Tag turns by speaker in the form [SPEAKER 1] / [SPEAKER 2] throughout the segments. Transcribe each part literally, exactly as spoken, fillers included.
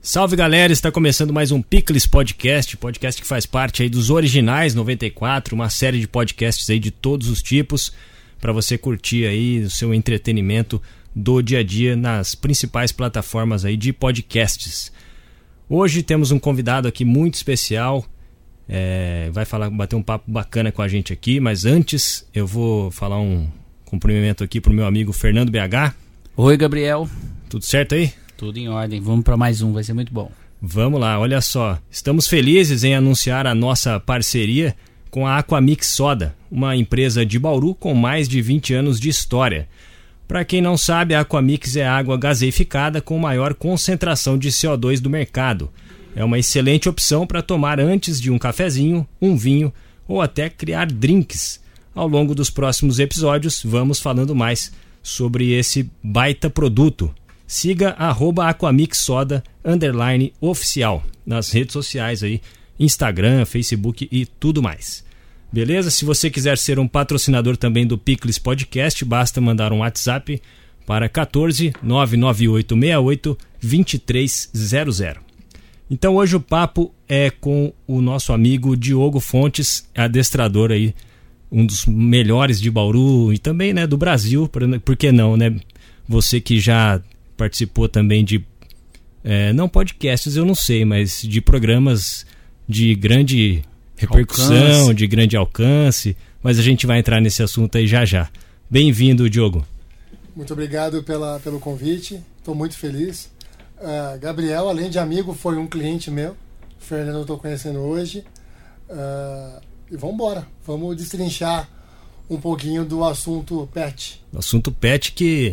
[SPEAKER 1] Salve galera, está começando mais um Pickles Podcast, podcast que faz parte aí dos Originais noventa e quatro, uma série de podcasts aí de todos os tipos, para você curtir aí o seu entretenimento do dia a dia nas principais plataformas aí de podcasts. Hoje temos um convidado aqui muito especial, é, vai falar, bater um papo bacana com a gente aqui, mas antes eu vou falar um cumprimento aqui pro meu amigo Fernando B H.
[SPEAKER 2] Oi, Gabriel.
[SPEAKER 1] Tudo certo aí?
[SPEAKER 2] Tudo em ordem, vamos para mais um, vai ser muito bom.
[SPEAKER 1] Vamos lá, olha só, estamos felizes em anunciar a nossa parceria com a Aquamix Soda, uma empresa de Bauru com mais de vinte anos de história. Para quem não sabe, a Aquamix é água gaseificada com maior concentração de C O dois do mercado. É uma excelente opção para tomar antes de um cafezinho, um vinho ou até criar drinks. Ao longo dos próximos episódios, vamos falando mais sobre esse baita produto. Siga arroba aquamixsoda underline oficial nas redes sociais aí, Instagram, Facebook e tudo mais. Beleza? Se você quiser ser um patrocinador também do Pickles Podcast, basta mandar um WhatsApp para um quatro nove nove oito seis oito dois três zero zero. Então hoje o papo é com o nosso amigo Diogo Fontes, adestrador aí, um dos melhores de Bauru e também, né, do Brasil, por que não, né? Você que já participou também de, é, não podcasts, eu não sei, mas de programas de grande repercussão, alcance. de grande alcance, mas a gente vai entrar nesse assunto aí já já. Bem-vindo, Diogo.
[SPEAKER 3] Muito obrigado pela, pelo convite, estou muito feliz. Uh, Gabriel, além de amigo, foi um cliente meu, o Fernando eu estou conhecendo hoje, uh, e vamos embora, vamos destrinchar um pouquinho do assunto pet.
[SPEAKER 1] O assunto pet que...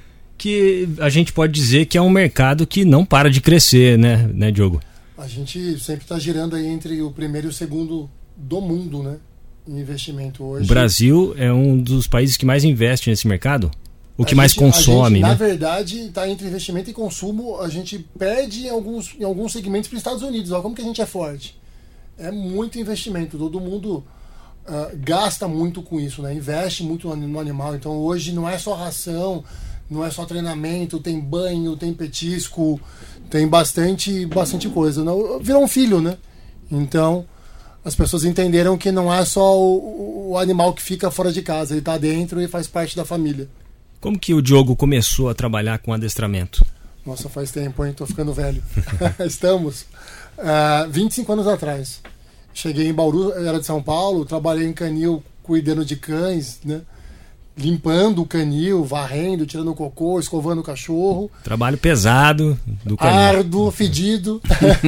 [SPEAKER 1] que a gente pode dizer que é um mercado que não para de crescer, né, né Diogo?
[SPEAKER 3] A gente sempre está girando aí entre o primeiro e o segundo do mundo, né, em investimento hoje.
[SPEAKER 1] O Brasil é um dos países que mais investe nesse mercado? O que
[SPEAKER 3] a
[SPEAKER 1] mais
[SPEAKER 3] gente,
[SPEAKER 1] consome,
[SPEAKER 3] gente,
[SPEAKER 1] né?
[SPEAKER 3] Na verdade, está entre investimento e consumo, a gente perde em alguns, em alguns segmentos para os Estados Unidos. Olha como que a gente é forte. É muito investimento, todo mundo uh, gasta muito com isso, né? Investe muito no, no animal. Então hoje não é só ração, não é só treinamento, tem banho, tem petisco, tem bastante, bastante coisa. Não, virou um filho, né? Então, as pessoas entenderam que não é só o, o animal que fica fora de casa, ele está dentro e faz parte da família.
[SPEAKER 1] Como que o Diogo começou a trabalhar com adestramento?
[SPEAKER 3] Nossa, faz tempo, hein? Tô ficando velho. Estamos. Uh, vinte e cinco anos atrás. Cheguei em Bauru, era de São Paulo, trabalhei em canil cuidando de cães, né? Limpando o canil, varrendo, tirando o cocô, escovando o cachorro.
[SPEAKER 1] Trabalho pesado do canil.
[SPEAKER 3] Árduo, fedido.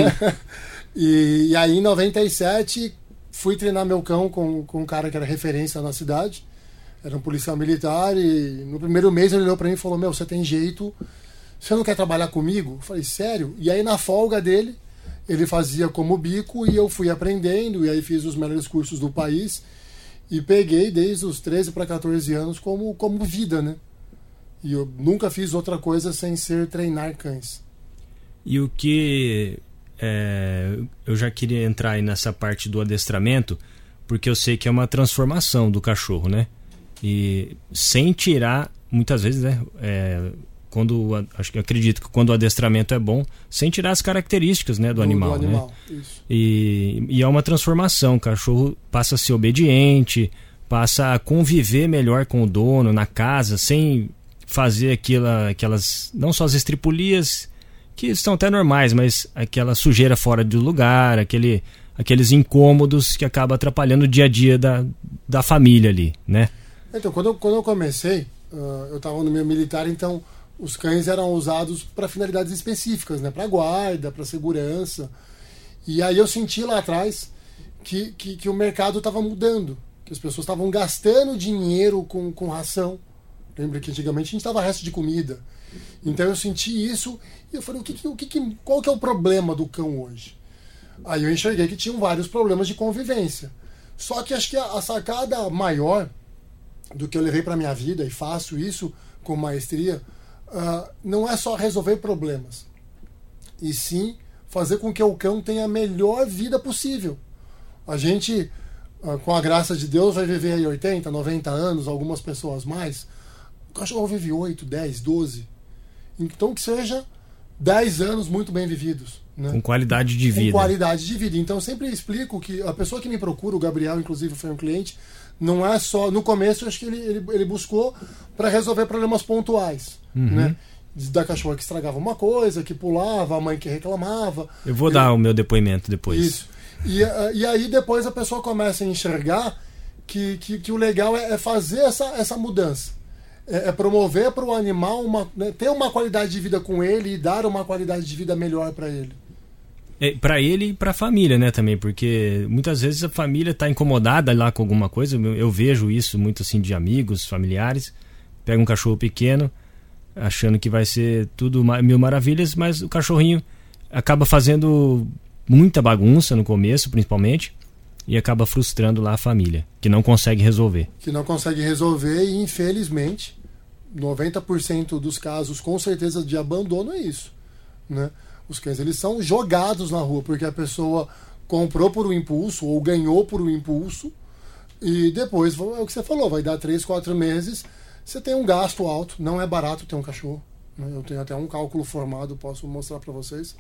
[SPEAKER 3] e, e aí em noventa e sete fui treinar meu cão com, com um cara que era referência na cidade. Era um policial militar e no primeiro mês ele olhou pra mim e falou: meu, você tem jeito, você não quer trabalhar comigo? Eu falei: sério? E aí na folga dele, ele fazia como bico e eu fui aprendendo e aí fiz os melhores cursos do país. E peguei desde os treze para quatorze anos como, como vida, né? E eu nunca fiz outra coisa sem ser treinar cães.
[SPEAKER 1] E o que... É, eu já queria entrar aí nessa parte do adestramento, porque eu sei que é uma transformação do cachorro, né? E sem tirar, muitas vezes, né? É, quando, acho que acredito que quando o adestramento é bom, sem tirar as características, né, do, do animal, do animal, né? Isso. E, e é uma transformação, o cachorro passa a ser obediente, passa a conviver melhor com o dono na casa, sem fazer aquela, aquelas, não só as estripulias, que são até normais, mas aquela sujeira fora do lugar, aquele, aqueles incômodos que acabam atrapalhando o dia a dia da, da família ali, né?
[SPEAKER 3] Então, quando eu, quando eu comecei, uh, eu estava no meio militar, então os cães eram usados para finalidades específicas, né? Para guarda, para segurança. E aí eu senti lá atrás que, que, que o mercado estava mudando, que as pessoas estavam gastando dinheiro com, com ração. Lembra que antigamente a gente dava resto de comida. Então eu senti isso e eu falei: o que, o que, qual que é o problema do cão hoje? Aí eu enxerguei que tinham vários problemas de convivência. Só que acho que a, a sacada maior do que eu levei para minha vida, e faço isso com maestria, uh, não é só resolver problemas, e sim fazer com que o cão tenha a melhor vida possível. A gente, uh, com a graça de Deus, vai viver aí oitenta, noventa anos, algumas pessoas mais. O cachorro vive oito, dez, doze. Então que seja dez anos muito bem vividos. Né?
[SPEAKER 1] Com qualidade de vida.
[SPEAKER 3] Com qualidade de vida. Então eu sempre explico que a pessoa que me procura, o Gabriel inclusive foi um cliente, não é só... No começo eu acho que ele, ele, ele buscou para resolver problemas pontuais. Uhum. Né? Da cachorra que estragava uma coisa, que pulava, a mãe que reclamava.
[SPEAKER 1] Eu vou
[SPEAKER 3] ele...
[SPEAKER 1] dar o meu depoimento depois.
[SPEAKER 3] Isso. E, e aí depois a pessoa começa a enxergar que, que, que o legal é, é fazer essa, essa mudança. É, é promover para o animal uma, né, ter uma qualidade de vida com ele e dar uma qualidade de vida melhor para ele.
[SPEAKER 1] É, para ele e para a família, né, também, porque muitas vezes a família está incomodada lá com alguma coisa. Eu, eu vejo isso muito assim de amigos, familiares. Pega um cachorro pequeno, achando que vai ser tudo mil maravilhas, mas o cachorrinho acaba fazendo muita bagunça no começo, principalmente, e acaba frustrando lá a família, que não consegue resolver.
[SPEAKER 3] Que não consegue resolver e, infelizmente, noventa por cento dos casos, com certeza, de abandono é isso. Né? Os cães, eles são jogados na rua, porque a pessoa comprou por um impulso ou ganhou por um impulso e depois, é o que você falou, vai dar três, quatro meses, você tem um gasto alto, não é barato ter um cachorro. Né? Eu tenho até um cálculo formado, posso mostrar para vocês.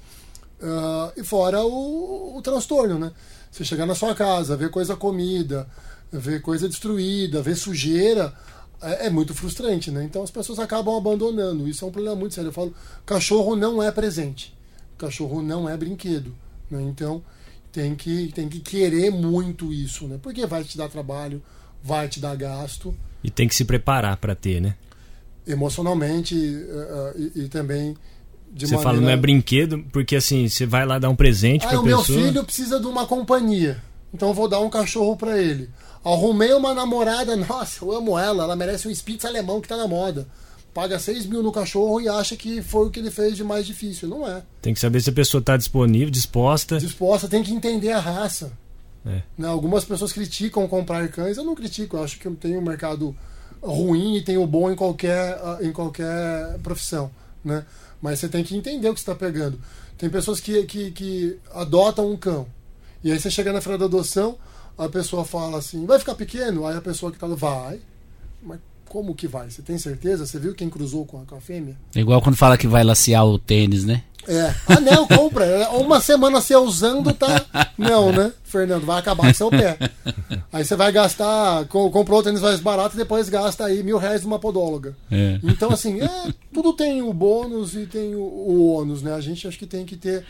[SPEAKER 3] Uh, e fora o, o transtorno, né? Você chegar na sua casa, ver coisa comida, ver coisa destruída, ver sujeira, é, é muito frustrante, né? Então as pessoas acabam abandonando. Isso é um problema muito sério. Eu falo, cachorro não é presente, cachorro não é brinquedo, né? Então tem que, tem que querer muito isso, né? Porque vai te dar trabalho, vai te dar gasto.
[SPEAKER 1] E tem que se preparar para ter, né?
[SPEAKER 3] Emocionalmente uh, uh, e, e também... De
[SPEAKER 1] você
[SPEAKER 3] maneira...
[SPEAKER 1] fala, não é brinquedo, porque assim, você vai lá dar um presente
[SPEAKER 3] ah,
[SPEAKER 1] pra
[SPEAKER 3] o
[SPEAKER 1] pessoa...
[SPEAKER 3] meu filho precisa de uma companhia, então eu vou dar um cachorro pra ele. Arrumei uma namorada, nossa, eu amo ela, ela merece um Spitz alemão que tá na moda. Paga seis mil no cachorro e acha que foi o que ele fez de mais difícil. Não é.
[SPEAKER 1] Tem que saber se a pessoa tá disponível, disposta.
[SPEAKER 3] Disposta, tem que entender a raça.
[SPEAKER 1] É.
[SPEAKER 3] Né? Algumas pessoas criticam comprar cães, eu não critico, eu acho que tem um mercado ruim e tem o bom em qualquer, em qualquer profissão, né? Mas você tem que entender o que você está pegando. Tem pessoas que, que, que adotam um cão. E aí você chega na feira da adoção, a pessoa fala assim, vai ficar pequeno? Aí a pessoa que está vai. Mas como que vai? Você tem certeza? Você viu quem cruzou com a, com a fêmea?
[SPEAKER 2] É igual quando fala que vai lacear o tênis, né?
[SPEAKER 3] É. Ah, não, compra. Uma semana você usando, tá... Não, né, Fernando? Vai acabar com seu pé. Aí você vai gastar... Comprou o tênis mais barato e depois gasta aí mil reais numa podóloga.
[SPEAKER 2] É.
[SPEAKER 3] Então, assim, é, tudo tem o bônus e tem o, o ônus, né? A gente acho que tem que ter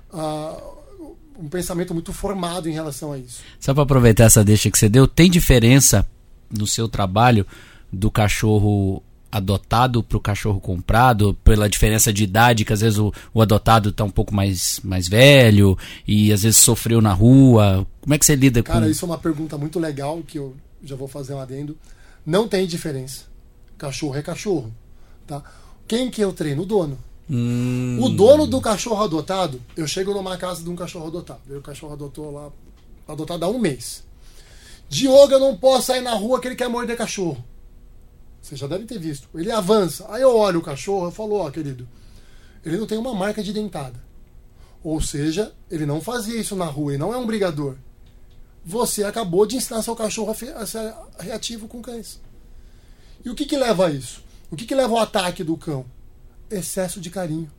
[SPEAKER 3] uh, um pensamento muito formado em relação a isso.
[SPEAKER 2] Só para aproveitar essa deixa que você deu, tem diferença no seu trabalho do cachorro adotado para o cachorro comprado, pela diferença de idade, que às vezes o, o adotado está um pouco mais, mais velho e às vezes sofreu na rua? Como é que você lida
[SPEAKER 3] Cara, com... Cara, isso é uma pergunta muito legal que eu já vou fazer um adendo. Não tem diferença. Cachorro é cachorro, tá? Quem que eu treino? O dono.
[SPEAKER 2] Hum...
[SPEAKER 3] O dono do cachorro adotado, eu chego numa casa de um cachorro adotado. O cachorro adotou lá, adotado há um mês. Diogo, eu não posso sair na rua que ele quer morder cachorro. Você já deve ter visto. Ele avança. Aí eu olho o cachorro, eu falo, ó, oh, querido, ele não tem uma marca de dentada. Ou seja, ele não fazia isso na rua, ele não é um brigador. Você acabou de ensinar seu cachorro a ser reativo com cães. E o que que leva a isso? O que que leva ao ataque do cão? Excesso de carinho.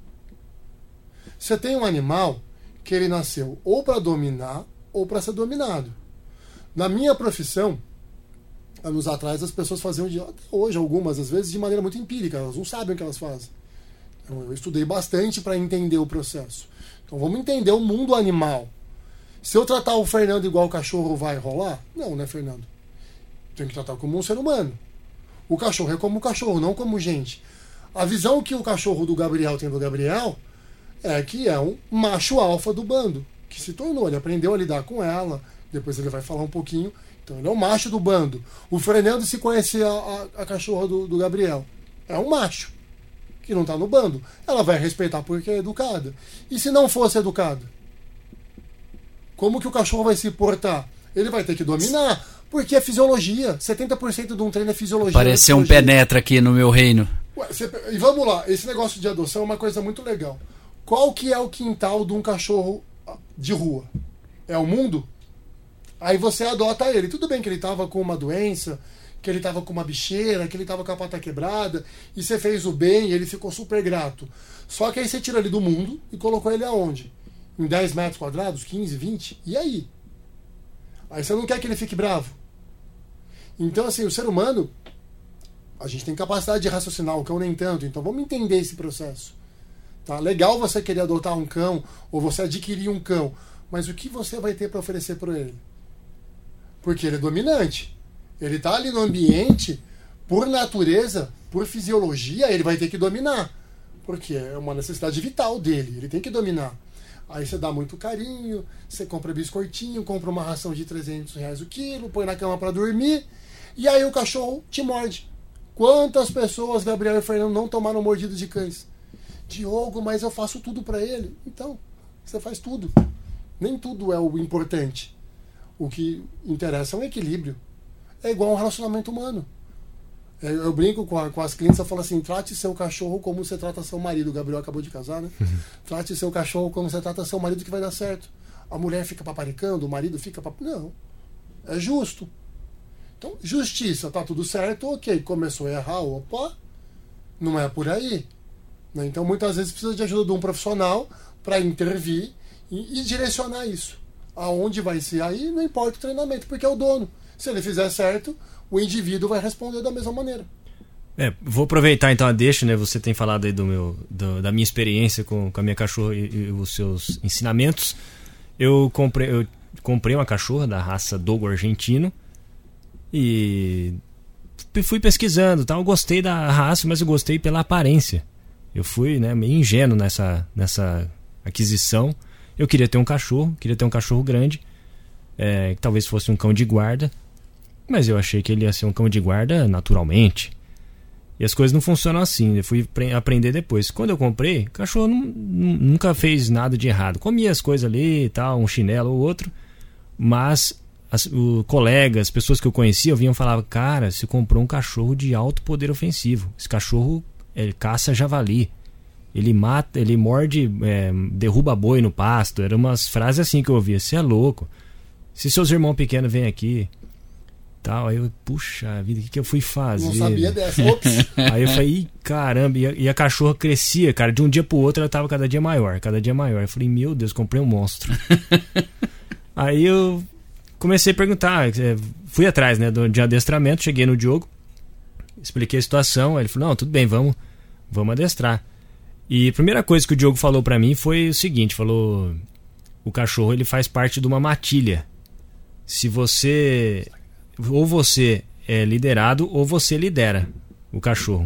[SPEAKER 3] Você tem um animal que ele nasceu ou para dominar ou para ser dominado. Na minha profissão, anos atrás as pessoas faziam, de, até hoje algumas, às vezes de maneira muito empírica, elas não sabem o que elas fazem. Então, eu estudei bastante para entender o processo. Então vamos entender o mundo animal. Se eu tratar o Fernando igual o cachorro, vai rolar? Não, né, Fernando? Tem que tratar como um ser humano. O cachorro é como o cachorro, não como gente. A visão que o cachorro do Gabriel tem do Gabriel é que é um macho alfa do bando, que se tornou, ele aprendeu a lidar com ela, depois ele vai falar um pouquinho. Então ele é o macho do bando. O Fernando, se conhecer a, a, a cachorra do, do Gabriel, é um macho que não está no bando. Ela vai respeitar porque é educada. E se não fosse educada? Como que o cachorro vai se portar? Ele vai ter que dominar, porque é fisiologia. setenta por cento de um treino é fisiologia.
[SPEAKER 2] Pareceu um penetra aqui no meu reino.
[SPEAKER 3] Ué, você, e vamos lá, esse negócio de adoção é uma coisa muito legal. Qual que é o quintal de um cachorro de rua? É o mundo? Aí você adota ele. Tudo bem que ele estava com uma doença, que ele estava com uma bicheira, que ele estava com a pata quebrada, e você fez o bem e ele ficou super grato. Só que aí você tirou ele do mundo e colocou ele aonde? Em dez metros quadrados, quinze, vinte? E aí? Aí você não quer que ele fique bravo. Então, assim, o ser humano, a gente tem capacidade de raciocinar, o cão nem tanto, então vamos entender esse processo. Tá? Legal você querer adotar um cão, ou você adquirir um cão, mas o que você vai ter para oferecer para ele? Porque ele é dominante. Ele está ali no ambiente, por natureza, por fisiologia, ele vai ter que dominar. Porque é uma necessidade vital dele, ele tem que dominar. Aí você dá muito carinho, você compra biscoitinho, compra uma ração de trezentos reais o quilo, põe na cama para dormir, e aí o cachorro te morde. Quantas pessoas, Gabriel e Fernando, não tomaram mordidas de cães? Diogo, mas eu faço tudo para ele. Então, você faz tudo. Nem tudo é o importante. O que interessa é um equilíbrio. É igual um relacionamento humano. Eu, eu brinco com, a, com as clientes, eu falo assim, trate seu cachorro como você trata seu marido. O Gabriel acabou de casar, né? Uhum. Trate seu cachorro como você trata seu marido, que vai dar certo. A mulher fica paparicando, o marido fica... Pap... Não. É justo. Então, justiça, tá tudo certo, ok. Começou a errar, opa, não é por aí. Né? Então, muitas vezes precisa de ajuda de um profissional para intervir e, e direcionar isso. Aonde vai ser aí, não importa o treinamento, porque é o dono. Se ele fizer certo, o indivíduo vai responder da mesma maneira.
[SPEAKER 1] É, vou aproveitar então a deixa, né? Você tem falado aí do meu, do, da minha experiência com, com a minha cachorra e, e os seus ensinamentos. Eu comprei, eu comprei uma cachorra da raça Dogo argentino e fui pesquisando, tá? Eu gostei da raça, mas eu gostei pela aparência. Eu fui, né, meio ingênuo nessa, nessa aquisição. Eu queria ter um cachorro, queria ter um cachorro grande, é, que talvez fosse um cão de guarda. Mas eu achei que ele ia ser um cão de guarda naturalmente. E as coisas não funcionam assim. Eu fui aprender depois. Quando eu comprei, o cachorro não, nunca fez nada de errado. Comia as coisas ali e tal, um chinelo ou outro. Mas as, o, colegas, pessoas que eu conhecia, vinham e falavam: cara, você comprou um cachorro de alto poder ofensivo. Esse cachorro ele caça javali. Ele mata, ele morde, é, derruba boi no pasto. Eram umas frases assim que eu ouvia. Você é louco. Se seus irmãos pequenos vêm aqui... Tal, aí eu, puxa vida, o que, que eu fui fazer?
[SPEAKER 3] Não sabia dessa, ops.
[SPEAKER 1] Aí eu falei, ih, caramba, e a, e a cachorra crescia, cara, de um dia pro outro ela tava cada dia maior, cada dia maior. Eu falei, meu Deus, comprei um monstro. Aí eu comecei a perguntar, fui atrás, né, do, de adestramento, cheguei no Diogo, expliquei a situação, aí ele falou, não, tudo bem, vamos, vamos adestrar. E a primeira coisa que o Diogo falou pra mim foi o seguinte, falou, o cachorro ele faz parte de uma matilha. Se você... ou você é liderado ou você lidera o cachorro.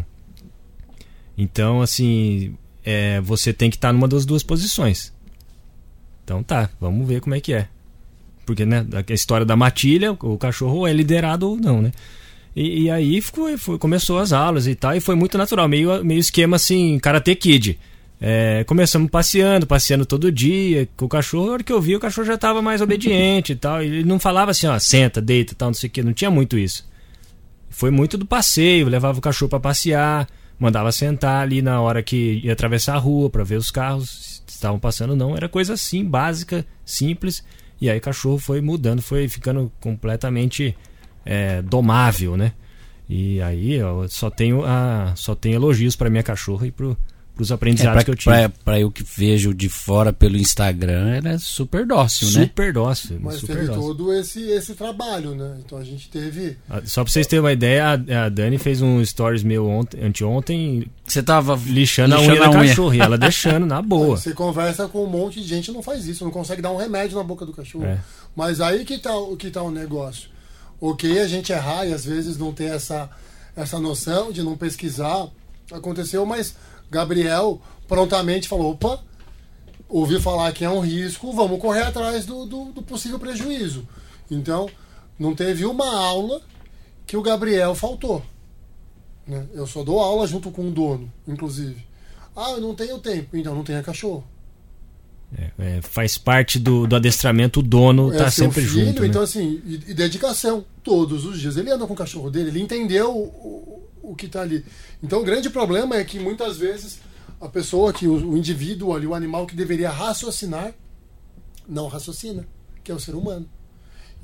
[SPEAKER 1] Então, assim, é, você tem que estar numa das duas posições. Então tá, vamos ver como é que é. Porque, né, a história da matilha, o cachorro é liderado ou não, né? E, e aí foi, foi, começou as aulas e tal, e foi muito natural, meio, meio esquema assim, Karate Kid. É, começamos passeando, passeando todo dia com o cachorro. Na hora que eu vi, o cachorro já estava mais obediente e tal. Ele não falava assim, ó, senta, deita e tal, não sei o que. Não tinha muito isso. Foi muito do passeio, levava o cachorro para passear, mandava sentar ali na hora que ia atravessar a rua para ver os carros se estavam passando ou não. Era coisa assim, básica, simples. E aí o cachorro foi mudando, foi ficando completamente é, domável, né? E aí eu só tenho, a, só tenho elogios para minha cachorra e pro os aprendizados é, pra, que eu tive.
[SPEAKER 2] Pra, pra eu que vejo de fora pelo Instagram, ela é super dócil,
[SPEAKER 1] super
[SPEAKER 2] né?
[SPEAKER 1] Super dócil.
[SPEAKER 3] Mas
[SPEAKER 1] super
[SPEAKER 3] teve
[SPEAKER 1] dócil.
[SPEAKER 3] todo esse, esse trabalho, né? Então a gente teve...
[SPEAKER 1] Só pra vocês terem uma ideia, a, a Dani fez um stories meu ontem, anteontem,
[SPEAKER 2] você tava
[SPEAKER 1] lixando, lixando a unha da cachorra, e ela deixando na boa.
[SPEAKER 3] Você conversa com um monte de gente, não faz isso, não consegue dar um remédio na boca do cachorro. É. Mas aí que tá, que tá o negócio. Ok, a gente errar e às vezes não ter essa, essa noção de não pesquisar. Aconteceu, mas... Gabriel prontamente falou, opa, ouvi falar que é um risco, vamos correr atrás do, do, do possível prejuízo. Então, não teve uma aula que o Gabriel faltou. Né? Eu só dou aula junto com o dono, inclusive. Ah, eu não tenho tempo, então não tenha cachorro.
[SPEAKER 1] É, é, faz parte do, do adestramento, o dono
[SPEAKER 3] é
[SPEAKER 1] tá sempre
[SPEAKER 3] filho,
[SPEAKER 1] junto. Né?
[SPEAKER 3] Então, assim, e, e dedicação, todos os dias. Ele anda com o cachorro dele, ele entendeu o, o, o que tá ali. Então, o grande problema é que muitas vezes a pessoa, que o, o indivíduo ali, o animal que deveria raciocinar, não raciocina, que é o ser humano.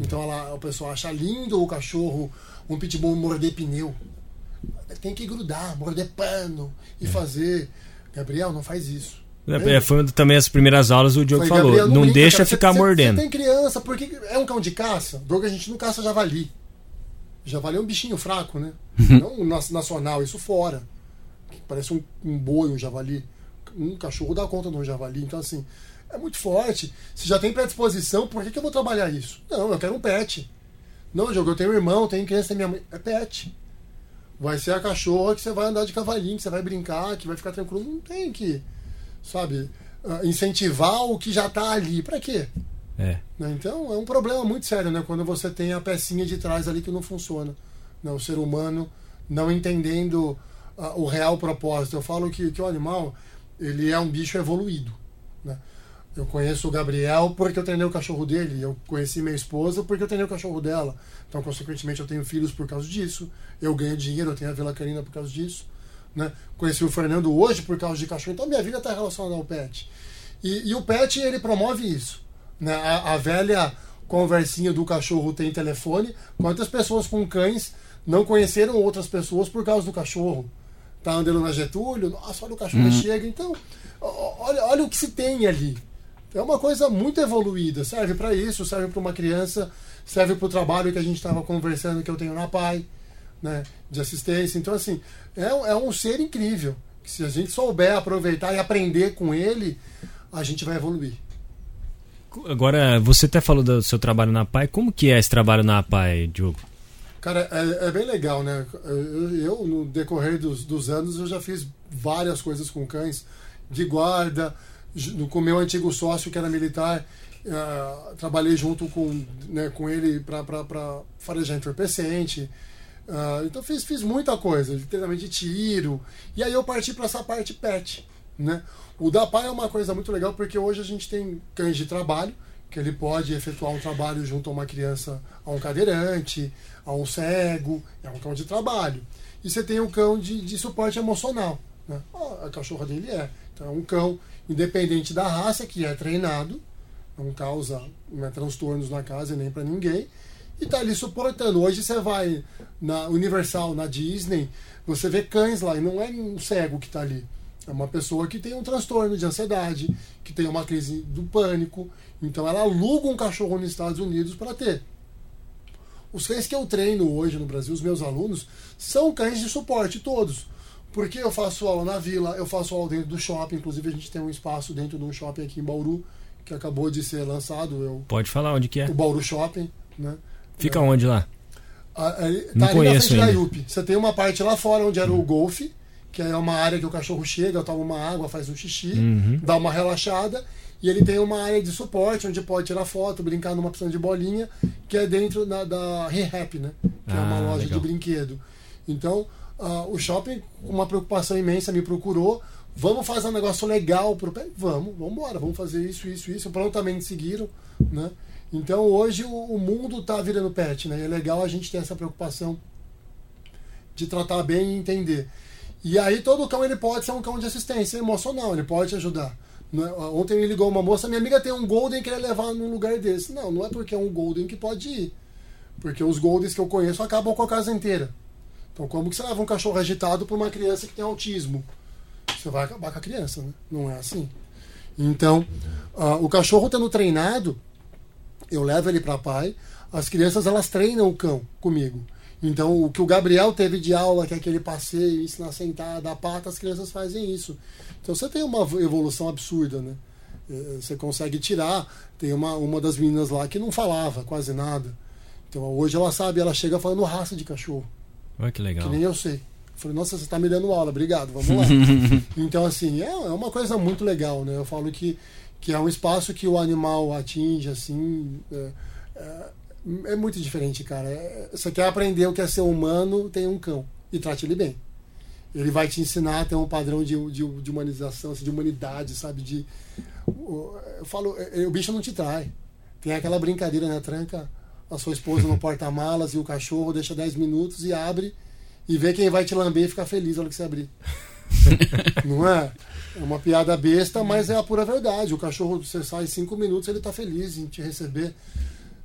[SPEAKER 3] Então ela, o pessoal acha lindo o cachorro, um pitbull morder pneu. Tem que grudar, morder pano e é. fazer. Gabriel, não faz isso.
[SPEAKER 1] É, foi também as primeiras aulas o Diogo
[SPEAKER 3] Foi,
[SPEAKER 1] falou,
[SPEAKER 3] Gabriel, não,
[SPEAKER 1] não
[SPEAKER 3] brinca,
[SPEAKER 1] deixa
[SPEAKER 3] cara.
[SPEAKER 1] ficar
[SPEAKER 3] cê,
[SPEAKER 1] mordendo.
[SPEAKER 3] Você tem criança, porque é um cão de caça. Doug, a gente não caça javali. Javali é um bichinho fraco, né? Não um nacional, isso fora. Parece um, um boi, um javali. Um cachorro dá conta de um javali. Então, assim, é muito forte. Se já tem predisposição, por que, que eu vou trabalhar isso? Não, eu quero um pet. Não, Diogo, eu tenho um irmão, tenho criança, tenho minha mãe. É pet. Vai ser a cachorra que você vai andar de cavalinho, que você vai brincar, que vai ficar tranquilo. Não tem que, sabe, incentivar o que já está ali. Para quê?
[SPEAKER 1] É.
[SPEAKER 3] Então é um problema muito sério, né? Quando você tem a pecinha de trás ali que não funciona. Né? O ser humano não entendendo uh, o real propósito. Eu falo que, que o animal, ele é um bicho evoluído. Né? Eu conheço o Gabriel porque eu treinei o cachorro dele. Eu conheci minha esposa porque eu treinei o cachorro dela. Então, consequentemente, eu tenho filhos por causa disso. Eu ganho dinheiro, eu tenho a Vila Carina por causa disso. Né? Conheci o Fernando hoje por causa de cachorro. Então, minha vida está relacionada ao pet. E, e o pet, ele promove isso. Né? A, a velha conversinha do cachorro tem telefone. Quantas pessoas com cães não conheceram outras pessoas por causa do cachorro? Tá andando na Getúlio, nossa, olha o cachorro uhum. chega. Então, olha, olha o que se tem ali. É uma coisa muito evoluída, serve para isso, serve para uma criança, serve para o trabalho que a gente estava conversando que eu tenho na P A I, né, de assistência. Então, assim, é, é um ser incrível, que se a gente souber aproveitar e aprender com ele, a gente vai evoluir.
[SPEAKER 1] Agora, você até falou do seu trabalho na P A I, como que é esse trabalho na P A I, Diogo?
[SPEAKER 3] Cara, é, é bem legal, né? Eu, eu, no decorrer dos, dos anos, eu já fiz várias coisas com cães, de guarda. Com o meu antigo sócio, que era militar, uh, trabalhei junto com, né, com ele para farejar entorpecente. Uh, então fiz, fiz muita coisa, literalmente de tiro. E aí eu parti para essa parte pet. Né? O da P A I é uma coisa muito legal porque hoje a gente tem cães de trabalho, que ele pode efetuar um trabalho junto a uma criança, a um cadeirante, a um cego, é um cão de trabalho. E você tem um cão de, de suporte emocional. Né? A cachorra dele é. Então é um cão independente da raça, que é treinado, não causa não é, transtornos na casa nem para ninguém, e está ali suportando. Hoje você vai na Universal, na Disney, você vê cães lá, e não é um cego que está ali. É uma pessoa que tem um transtorno de ansiedade, que tem uma crise do pânico, então ela aluga um cachorro nos Estados Unidos para ter. Os cães que eu treino hoje no Brasil, os meus alunos, são cães de suporte todos. Porque eu faço aula na vila, eu faço aula dentro do shopping, inclusive a gente tem um espaço dentro de um shopping aqui em Bauru, que acabou de ser lançado. Eu,
[SPEAKER 1] Pode falar onde que é?
[SPEAKER 3] O Bauru Shopping. Né?
[SPEAKER 1] Fica
[SPEAKER 3] é,
[SPEAKER 1] onde lá?
[SPEAKER 3] A, a, tá
[SPEAKER 1] Não
[SPEAKER 3] ali
[SPEAKER 1] conheço
[SPEAKER 3] na frente
[SPEAKER 1] ainda.
[SPEAKER 3] da I U P. Você tem uma parte lá fora onde era uhum. o golfe, que é uma área que o cachorro chega, toma uma água, faz um xixi, uhum. dá uma relaxada, e ele tem uma área de suporte onde pode tirar foto, brincar numa piscina de bolinha, que é dentro da, da Rehap, né? Que ah, é uma loja legal. de brinquedo. Então, Uh, o shopping, com uma preocupação imensa, me procurou. Vamos fazer um negócio legal pro pé? Vamos, vamos embora, vamos fazer isso, isso, isso. Prontamente seguiram, né? Então hoje o, o mundo está virando pet, né? E é legal a gente ter essa preocupação de tratar bem e entender. E aí todo cão ele pode ser um cão de assistência emocional, ele pode te ajudar. Né? Ontem me ligou uma moça, minha amiga tem um Golden que quer levar num lugar desse. Não, não é porque é um Golden que pode ir. Porque os Goldens que eu conheço acabam com a casa inteira. Então, como que você leva um cachorro agitado para uma criança que tem autismo? Você vai acabar com a criança, né? Não é assim. Então, uh, o cachorro estando treinado, eu levo ele para a P A I, as crianças elas treinam o cão comigo. Então, o que o Gabriel teve de aula, que é aquele passeio, ensinar a sentar, dar pata, as crianças fazem isso. Então, você tem uma evolução absurda, né? Você consegue tirar. Tem uma, uma das meninas lá que não falava quase nada. Então, hoje ela sabe, ela chega falando raça de cachorro.
[SPEAKER 1] Olha que legal.
[SPEAKER 3] Que nem eu sei. Eu falei, nossa, você está me dando aula, obrigado, vamos lá. Então, assim, é, é uma coisa muito legal, né? Eu falo que, que é um espaço que o animal atinge, assim, é, é, é muito diferente, cara. É, você quer aprender o que é ser humano, tem um cão, e trate ele bem. Ele vai te ensinar a ter um padrão de, de, de humanização, assim, de humanidade, sabe? De, eu falo, o bicho não te trai. Tem aquela brincadeira, né? Tranca a sua esposa no porta-malas e o cachorro deixa dez minutos e abre e vê quem vai te lamber e fica feliz na hora que você abrir. Não é? É uma piada besta, mas é a pura verdade. O cachorro, você sai cinco minutos, ele tá feliz em te receber.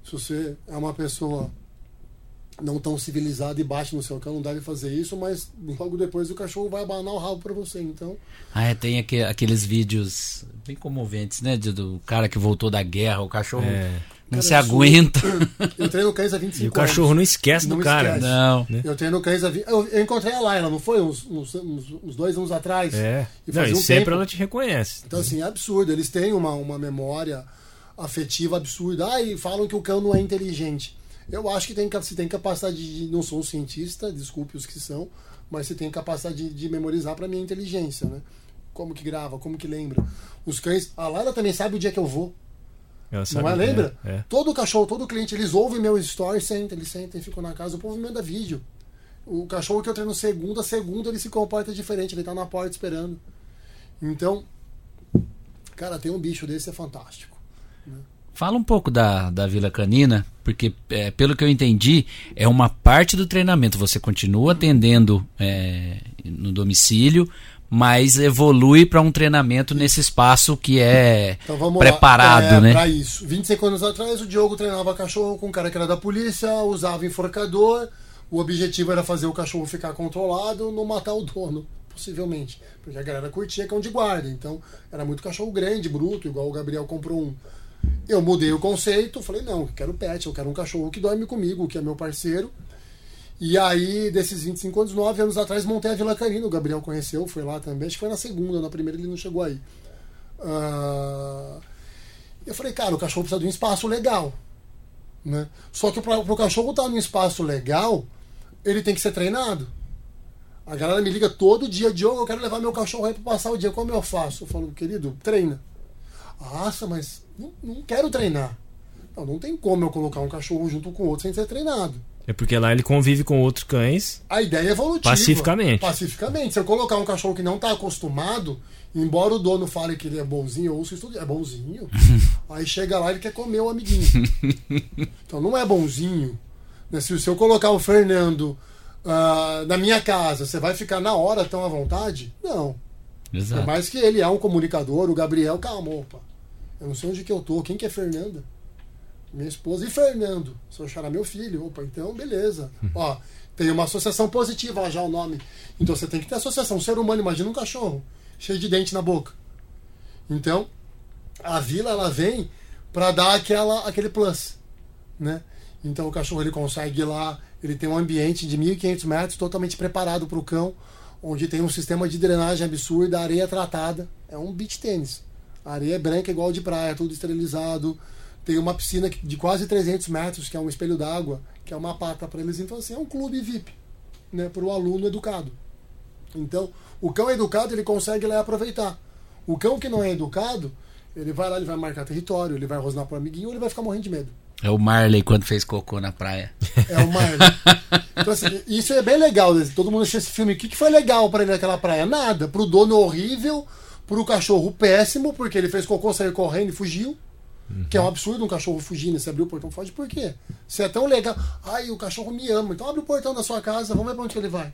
[SPEAKER 3] Se você é uma pessoa não tão civilizada e bate no seu cão, não deve fazer isso, mas logo depois o cachorro vai abanar o rabo pra você, então...
[SPEAKER 2] Ah, é, tem aqu aqueles vídeos bem comoventes, né? De, do cara que voltou da guerra, o cachorro
[SPEAKER 1] É.
[SPEAKER 2] não
[SPEAKER 3] Cara,
[SPEAKER 2] se
[SPEAKER 3] eu
[SPEAKER 2] aguenta.
[SPEAKER 3] Eu treino cães há vinte e cinco
[SPEAKER 1] E o cachorro
[SPEAKER 3] anos.
[SPEAKER 1] não esquece
[SPEAKER 3] Não
[SPEAKER 1] do cara.
[SPEAKER 3] esquece.
[SPEAKER 2] Não.
[SPEAKER 1] Né?
[SPEAKER 3] Eu treino cães há vinte... eu, eu encontrei a Laila, não foi? Uns, uns, uns, uns dois anos atrás.
[SPEAKER 1] É.
[SPEAKER 3] E
[SPEAKER 1] Não,
[SPEAKER 3] fazia
[SPEAKER 1] e
[SPEAKER 3] um
[SPEAKER 1] sempre
[SPEAKER 3] tempo.
[SPEAKER 1] ela te reconhece.
[SPEAKER 3] Então, assim, é absurdo. Eles têm uma, uma memória afetiva absurda. Ah, e falam que o cão não é inteligente. Eu acho que tem, se tem capacidade de... Não sou um cientista, desculpe os que são, mas se tem capacidade de, de memorizar pra minha inteligência, né? Como que grava, como que lembra. Os cães... A Laila também sabe o dia que eu vou.
[SPEAKER 1] Ela sabe,
[SPEAKER 3] Não é? Lembra?
[SPEAKER 1] É, é.
[SPEAKER 3] Todo cachorro, todo cliente, eles ouvem meus stories, sentem, eles sentem, ficam na casa, o povo me manda vídeo. O cachorro que eu treino segunda, segunda ele se comporta diferente, ele tá na porta esperando. Então, cara, ter um bicho desse é fantástico. Né?
[SPEAKER 2] Fala um pouco da, da Vila Canina, porque é, pelo que eu entendi, é uma parte do treinamento. Você continua atendendo é, no domicílio, mas evolui para um treinamento nesse espaço que é
[SPEAKER 3] Então, vamos
[SPEAKER 2] preparado,
[SPEAKER 3] lá. É,
[SPEAKER 2] né?
[SPEAKER 3] Pra isso. vinte e cinco anos atrás, o Diogo treinava cachorro com um cara que era da polícia, usava enforcador. O objetivo era fazer o cachorro ficar controlado, não matar o dono, possivelmente. Porque a galera curtia cão de guarda. Então, era muito cachorro grande, bruto, igual o Gabriel comprou um. Eu mudei o conceito, falei, não, eu quero pet, eu quero um cachorro que dorme comigo, que é meu parceiro. E aí, desses vinte e cinco anos, nove anos atrás, montei a Vila Canina. O Gabriel conheceu, foi lá também. Acho que foi na segunda, na primeira ele não chegou aí. Uh... Eu falei, cara, o cachorro precisa de um espaço legal. Né? Só que para o cachorro estar num espaço legal, ele tem que ser treinado. A galera me liga todo dia, Diogo, eu quero levar meu cachorro aí para passar o dia. Como eu faço? Eu falo, querido, treina. Nossa, mas não, não quero treinar. Não, não tem como eu colocar um cachorro junto com outro sem ser treinado.
[SPEAKER 1] É porque lá ele convive com outros cães.
[SPEAKER 3] A ideia é evolutiva.
[SPEAKER 1] Pacificamente.
[SPEAKER 3] Pacificamente. Se eu colocar um cachorro que não está acostumado, embora o dono fale que ele é bonzinho, eu ouço isso tudo, é bonzinho. Aí chega lá e ele quer comer o amiguinho. Então não é bonzinho. Né? Se, se eu colocar o Fernando uh, na minha casa, você vai ficar na hora tão à vontade? Não.
[SPEAKER 2] Exato.
[SPEAKER 3] Por mais que ele é um comunicador, o Gabriel, calma, opa. Eu não sei onde que eu tô. Quem que é Fernanda? Minha esposa. E Fernando? Se eu chamar meu filho. Opa, então beleza. Ó, tem uma associação positiva, ó, já o nome. Então você tem que ter associação. Um ser humano, imagina um cachorro cheio de dente na boca. Então, a vila, ela vem para dar aquela, aquele plus, né? Então o cachorro, ele consegue ir lá, ele tem um ambiente de mil e quinhentos metros totalmente preparado para o cão, onde tem um sistema de drenagem absurdo, areia tratada. É um beach tênis. A areia é branca igual de praia, tudo esterilizado. Tem uma piscina de quase trezentos metros, que é um espelho d'água, que é uma pata para eles. Então, assim, é um clube V I P, né, para o aluno educado. Então, o cão educado, ele consegue lá aproveitar. O cão que não é educado, ele vai lá, ele vai marcar território, ele vai rosnar pro amiguinho, ou ele vai ficar morrendo de medo.
[SPEAKER 2] É o Marley quando fez cocô na praia.
[SPEAKER 3] É o Marley. Então, assim, isso é bem legal. Todo mundo assistiu esse filme. O que, que foi legal para ele naquela praia? Nada. Pro dono horrível, pro cachorro péssimo, porque ele fez cocô, saiu correndo e fugiu. Uhum. Que é um absurdo um cachorro fugir, né? Você abriu o portão, foge por quê? Se é tão legal. Ai, o cachorro me ama. Então abre o portão da sua casa, vamos ver pra onde que ele vai.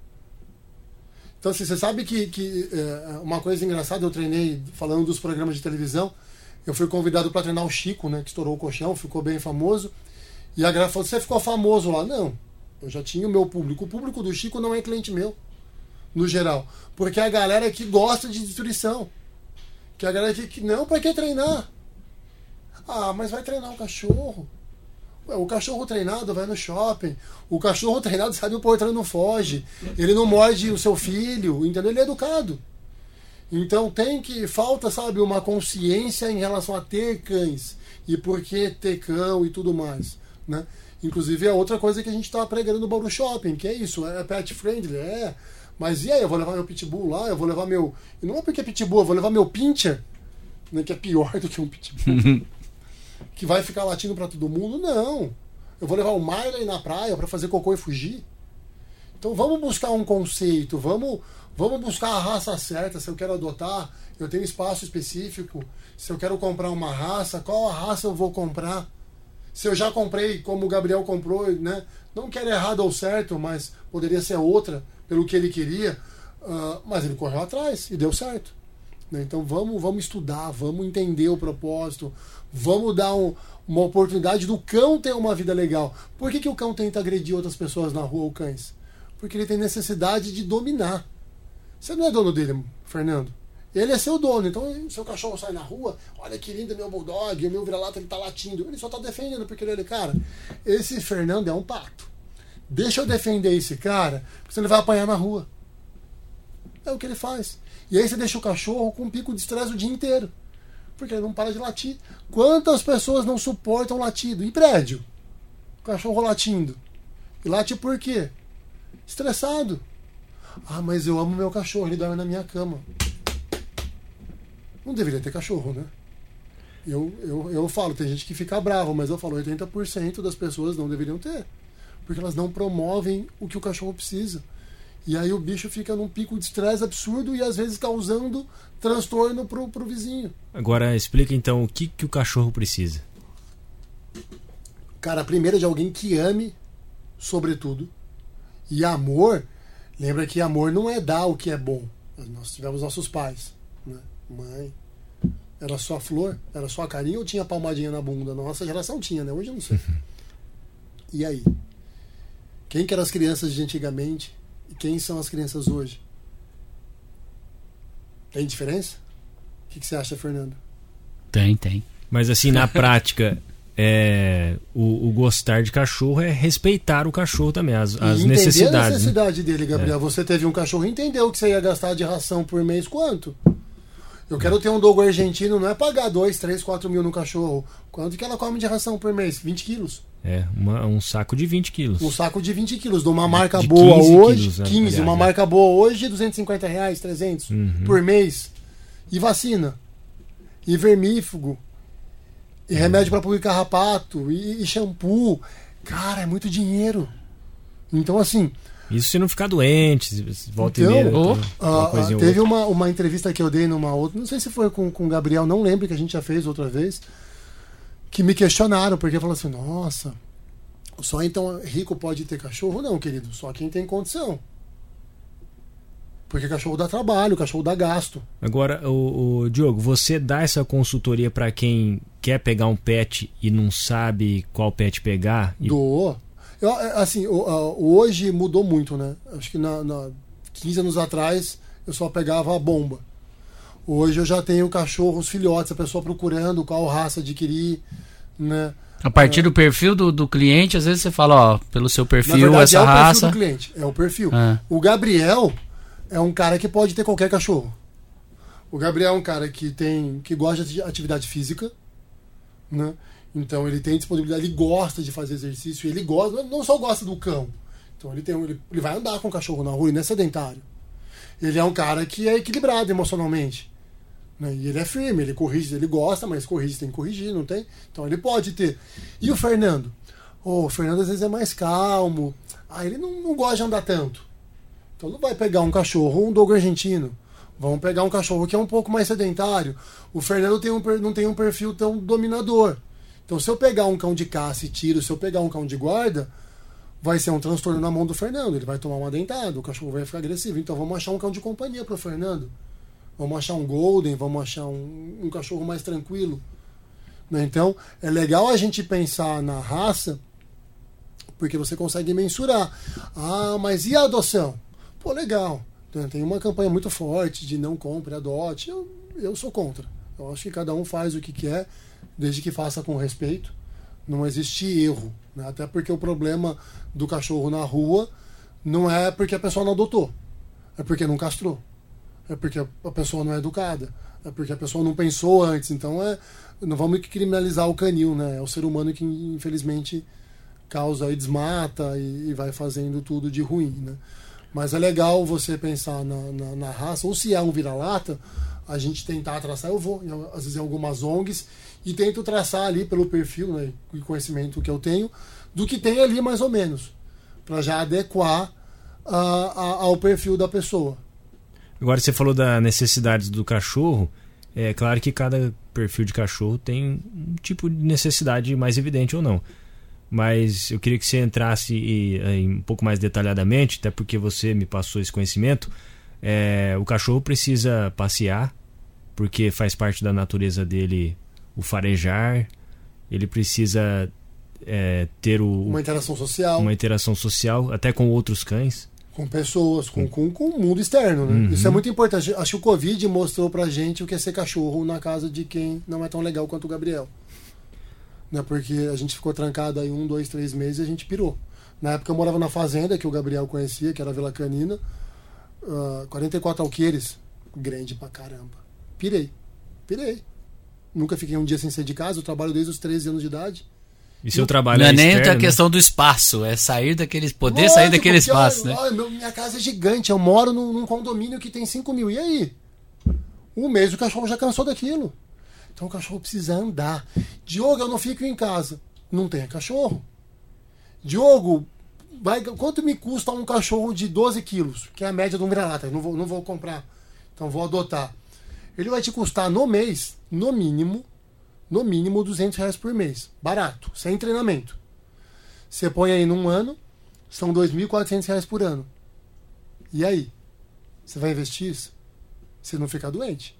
[SPEAKER 3] Então, assim, você sabe que, que é, uma coisa engraçada, eu treinei, falando dos programas de televisão, eu fui convidado para treinar o Chico, né? Que estourou o colchão, ficou bem famoso. E a galera falou, você ficou famoso lá? Não, eu já tinha o meu público. O público do Chico não é cliente meu, no geral. Porque é a galera que gosta de destruição. Que é a galera que, que não, pra que treinar? Ah, mas vai treinar o cachorro. Ué, o cachorro treinado vai no shopping. O cachorro treinado sabe o portão, não foge. Ele não morde o seu filho, entendeu? Ele é educado. Então tem que, falta, sabe, uma consciência em relação a ter cães. E por que ter cão e tudo mais, né? Inclusive é outra coisa que a gente está pregando no Bauru Shopping, que é isso, é pet friendly, é. Mas e aí, eu vou levar meu pitbull lá, eu vou levar meu... E não é porque é pitbull, eu vou levar meu pincher, né, que é pior do que um pitbull. Que vai ficar latindo para todo mundo? Não. Eu vou levar o Marley na praia para fazer cocô e fugir? Então vamos buscar um conceito, vamos, vamos buscar a raça certa. Se eu quero adotar, eu tenho espaço específico. Se eu quero comprar uma raça, qual a raça eu vou comprar? Se eu já comprei como o Gabriel comprou, né? Não quero errado ou certo, mas poderia ser outra, pelo que ele queria. Uh, mas ele correu atrás e deu certo. Né? Então vamos, vamos estudar, vamos entender o propósito, vamos dar um, uma oportunidade do cão ter uma vida legal. Por que, que o cão tenta agredir outras pessoas na rua ou cães? Porque ele tem necessidade de dominar. Você não é dono dele, Fernando. Ele é seu dono. Então, seu cachorro sai na rua, olha que lindo meu bulldog, o meu vira-lata, ele tá latindo. Ele só tá defendendo, porque ele, cara, esse Fernando é um pato. Deixa eu defender esse cara, porque senão ele vai apanhar na rua. É o que ele faz. E aí você deixa o cachorro com um pico de estresse o dia inteiro. Porque ele não para de latir. Quantas pessoas não suportam latido? Em prédio. O cachorro latindo. E late por quê? Estressado. Ah, mas eu amo meu cachorro, ele dorme na minha cama. Não deveria ter cachorro, né? Eu, eu, eu falo, tem gente que fica bravo, mas eu falo, oitenta por cento das pessoas não deveriam ter. Porque elas não promovem o que o cachorro precisa. E aí o bicho fica num pico de estresse absurdo e às vezes causando transtorno pro, pro vizinho.
[SPEAKER 1] Agora explica então o que, que o cachorro precisa.
[SPEAKER 3] Cara, primeiro de alguém que ame, sobretudo. E amor, lembra que amor não é dar o que é bom. Nós tivemos nossos pais, né? Mãe. Era só flor? Era só carinho ou tinha palmadinha na bunda? Na nossa geração tinha, né? Hoje eu não sei. E aí? Quem que eram as crianças de antigamente? E quem são as crianças hoje? Tem diferença? O que, que você acha, Fernando?
[SPEAKER 2] Tem, tem.
[SPEAKER 1] Mas assim, na prática, é, o, o gostar de cachorro é respeitar o cachorro também, as, as
[SPEAKER 3] e
[SPEAKER 1] necessidades.
[SPEAKER 3] a necessidade
[SPEAKER 1] né?
[SPEAKER 3] dele, Gabriel. É. Você teve um cachorro e entendeu que você ia gastar de ração por mês quanto? Eu quero ter um dogo argentino, não é pagar dois, três, quatro mil no cachorro. Quanto que ela come de ração por mês? vinte quilos.
[SPEAKER 1] É, uma, um saco de vinte quilos.
[SPEAKER 3] Um saco de vinte quilos. De uma marca
[SPEAKER 1] de
[SPEAKER 3] boa hoje,
[SPEAKER 1] quilos, né?
[SPEAKER 3] quinze. Aliás, uma é. marca boa hoje, duzentos e cinquenta reais, trezentos uhum. por mês. E vacina. E vermífugo. E uhum. remédio para pulgar carrapato. E, e shampoo. Cara, é muito dinheiro. Então, assim...
[SPEAKER 1] Isso se não ficar doente, volta
[SPEAKER 3] então,
[SPEAKER 1] e meia.
[SPEAKER 3] Oh, uh, uh, teve uma, uma entrevista que eu dei numa outra... Não sei se foi com, com o Gabriel, não lembro, que a gente já fez outra vez. Que me questionaram, porque falaram assim, nossa, só então rico pode ter cachorro? Não, querido, só quem tem condição. Porque cachorro dá trabalho, cachorro dá gasto.
[SPEAKER 1] Agora, o, o Diogo, você dá essa consultoria para quem quer pegar um pet e não sabe qual pet pegar? E...
[SPEAKER 3] Dou. Eu, assim, hoje mudou muito, né? Acho que na, na quinze anos atrás eu só pegava a bomba. Hoje eu já tenho cachorros filhotes, a pessoa procurando qual raça adquirir, né?
[SPEAKER 2] A partir é. do perfil do, do cliente, às vezes você fala, ó, pelo seu perfil, Na verdade, essa
[SPEAKER 3] é o
[SPEAKER 2] raça...
[SPEAKER 3] perfil do cliente, é o perfil. É. O Gabriel é um cara que pode ter qualquer cachorro. O Gabriel é um cara que tem, que gosta de atividade física, né? Então ele tem disponibilidade, ele gosta de fazer exercício, ele gosta, não só gosta do cão. Então ele tem, ele, ele vai andar com o cachorro na rua, ele não é sedentário. Ele é um cara que é equilibrado emocionalmente. Né? E ele é firme, ele corrige, ele gosta, mas corrige, tem que corrigir, não tem? Então ele pode ter. E o Fernando? Oh, o Fernando às vezes é mais calmo. Ah, ele não, não gosta de andar tanto. Então não vai pegar um cachorro ou um dogo argentino. Vamos pegar um cachorro que é um pouco mais sedentário. O Fernando tem um, não tem um perfil tão dominador. Então se eu pegar um cão de caça e tiro, se eu pegar um cão de guarda, vai ser um transtorno na mão do Fernando. Ele vai tomar uma dentada, o cachorro vai ficar agressivo. Então vamos achar um cão de companhia para o Fernando. Vamos achar um golden, vamos achar um, um cachorro mais tranquilo. Né? Então é legal a gente pensar na raça, porque você consegue mensurar. Ah, mas e a adoção? Pô, legal. Tem uma campanha muito forte de não compre, adote. Eu, eu sou contra. Eu acho que cada um faz o que quer, desde que faça com respeito. Não existe erro. Né? Até porque o problema do cachorro na rua não é porque a pessoa não adotou. É porque não castrou. É porque a pessoa não é educada. É porque a pessoa não pensou antes. Então é, não vamos criminalizar o canil, né? É o ser humano que infelizmente causa e desmata e, e vai fazendo tudo de ruim, né? Mas é legal você pensar na, na, na raça, ou se é um vira-lata, a gente tentar traçar. Eu vou, às vezes, em algumas O N Gs e tento traçar ali pelo perfil, né, e conhecimento que eu tenho, do que tem ali mais ou menos, para já adequar a, a, ao perfil da pessoa.
[SPEAKER 1] Agora você falou da necessidade do cachorro. É claro que cada perfil de cachorro tem um tipo de necessidade mais evidente ou não. Mas eu queria que você entrasse e, e, um pouco mais detalhadamente, até porque você me passou esse conhecimento. É, o cachorro precisa passear, porque faz parte da natureza dele o farejar, ele precisa é, ter o,
[SPEAKER 3] uma interação social.
[SPEAKER 1] Uma interação social, até com outros cães.
[SPEAKER 3] Com pessoas, com, com, com o mundo externo, né?
[SPEAKER 1] Uhum.
[SPEAKER 3] Isso é muito importante. Acho que o Covid mostrou pra gente o que é ser cachorro na casa de quem não é tão legal quanto o Gabriel. Né? Porque a gente ficou trancado aí um, dois, três meses e a gente pirou. Na época eu morava na fazenda, que o Gabriel conhecia, que era a Vila Canina. Uh, quarenta e quatro alqueires. Grande pra caramba. Pirei. Pirei. Nunca fiquei um dia sem sair de casa. Eu trabalho desde os treze anos de idade.
[SPEAKER 1] E seu trabalho
[SPEAKER 2] não
[SPEAKER 1] é
[SPEAKER 2] é nem
[SPEAKER 1] externo,
[SPEAKER 2] a
[SPEAKER 1] né?
[SPEAKER 2] questão do espaço, é sair daquele, poder
[SPEAKER 3] Lógico,
[SPEAKER 2] sair daquele
[SPEAKER 3] porque,
[SPEAKER 2] espaço,
[SPEAKER 3] olha,
[SPEAKER 2] né?
[SPEAKER 3] olha, meu, minha casa é gigante, eu moro num, num condomínio que tem cinco mil. E aí? Um mês o cachorro já cansou daquilo. Então o cachorro precisa andar. Diogo, eu não fico em casa. Não tem cachorro. Diogo, vai, quanto me custa um cachorro de doze quilos? Que é a média de um vira-lata. Não vou, não vou comprar. Então vou adotar. Ele vai te custar no mês, no mínimo, no mínimo duzentos reais por mês. Barato, sem treinamento. Você põe aí num ano, são dois mil e quatrocentos reais por ano. E aí? Você vai investir isso? Você não fica doente?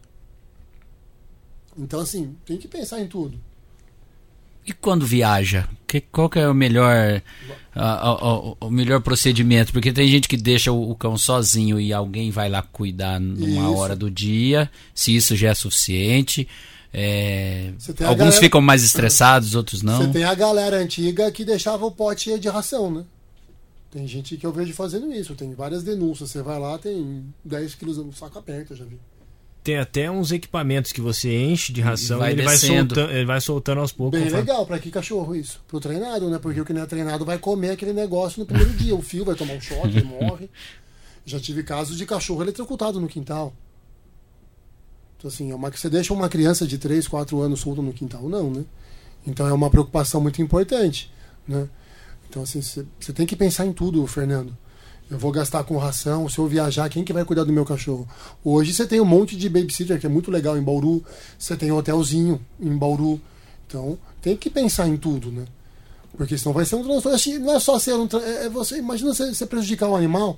[SPEAKER 3] Então, assim, tem que pensar em tudo.
[SPEAKER 2] E quando viaja? Que, qual que é o melhor, a, a, a, o melhor procedimento? Porque tem gente que deixa o, o cão sozinho e alguém vai lá cuidar numa
[SPEAKER 3] Isso.
[SPEAKER 2] hora do dia, se isso já é suficiente. É, alguns
[SPEAKER 3] galera...
[SPEAKER 2] ficam mais estressados, outros não.
[SPEAKER 3] Você tem a galera antiga que deixava o pote cheio de ração, né? Tem gente que eu vejo fazendo isso. Tem várias denúncias. Você vai lá, tem dez quilos no saco aperto, eu já vi.
[SPEAKER 1] Tem até uns equipamentos que você enche de ração e,
[SPEAKER 2] vai
[SPEAKER 1] ele, vai
[SPEAKER 2] descendo.
[SPEAKER 1] soltando, ele vai soltando aos poucos.
[SPEAKER 3] Bem
[SPEAKER 1] conforme...
[SPEAKER 3] legal. Pra que cachorro isso? Pro treinado, né? Porque o que não é treinado vai comer aquele negócio no primeiro dia. O fio vai tomar um choque, ele morre. Já tive casos de cachorro eletrocutado no quintal. Então, assim, é uma, você deixa uma criança de três, quatro anos solta no quintal? Não, né? Então é uma preocupação muito importante, né? Então, assim, você tem que pensar em tudo, Fernando. Eu vou gastar com ração, se eu viajar, quem que vai cuidar do meu cachorro? Hoje você tem um monte de babysitter, que é muito legal em Bauru. Você tem um hotelzinho em Bauru. Então, tem que pensar em tudo, né? Porque senão vai ser um transtorno. Não é só ser um... É você, imagina você, você prejudicar um animal.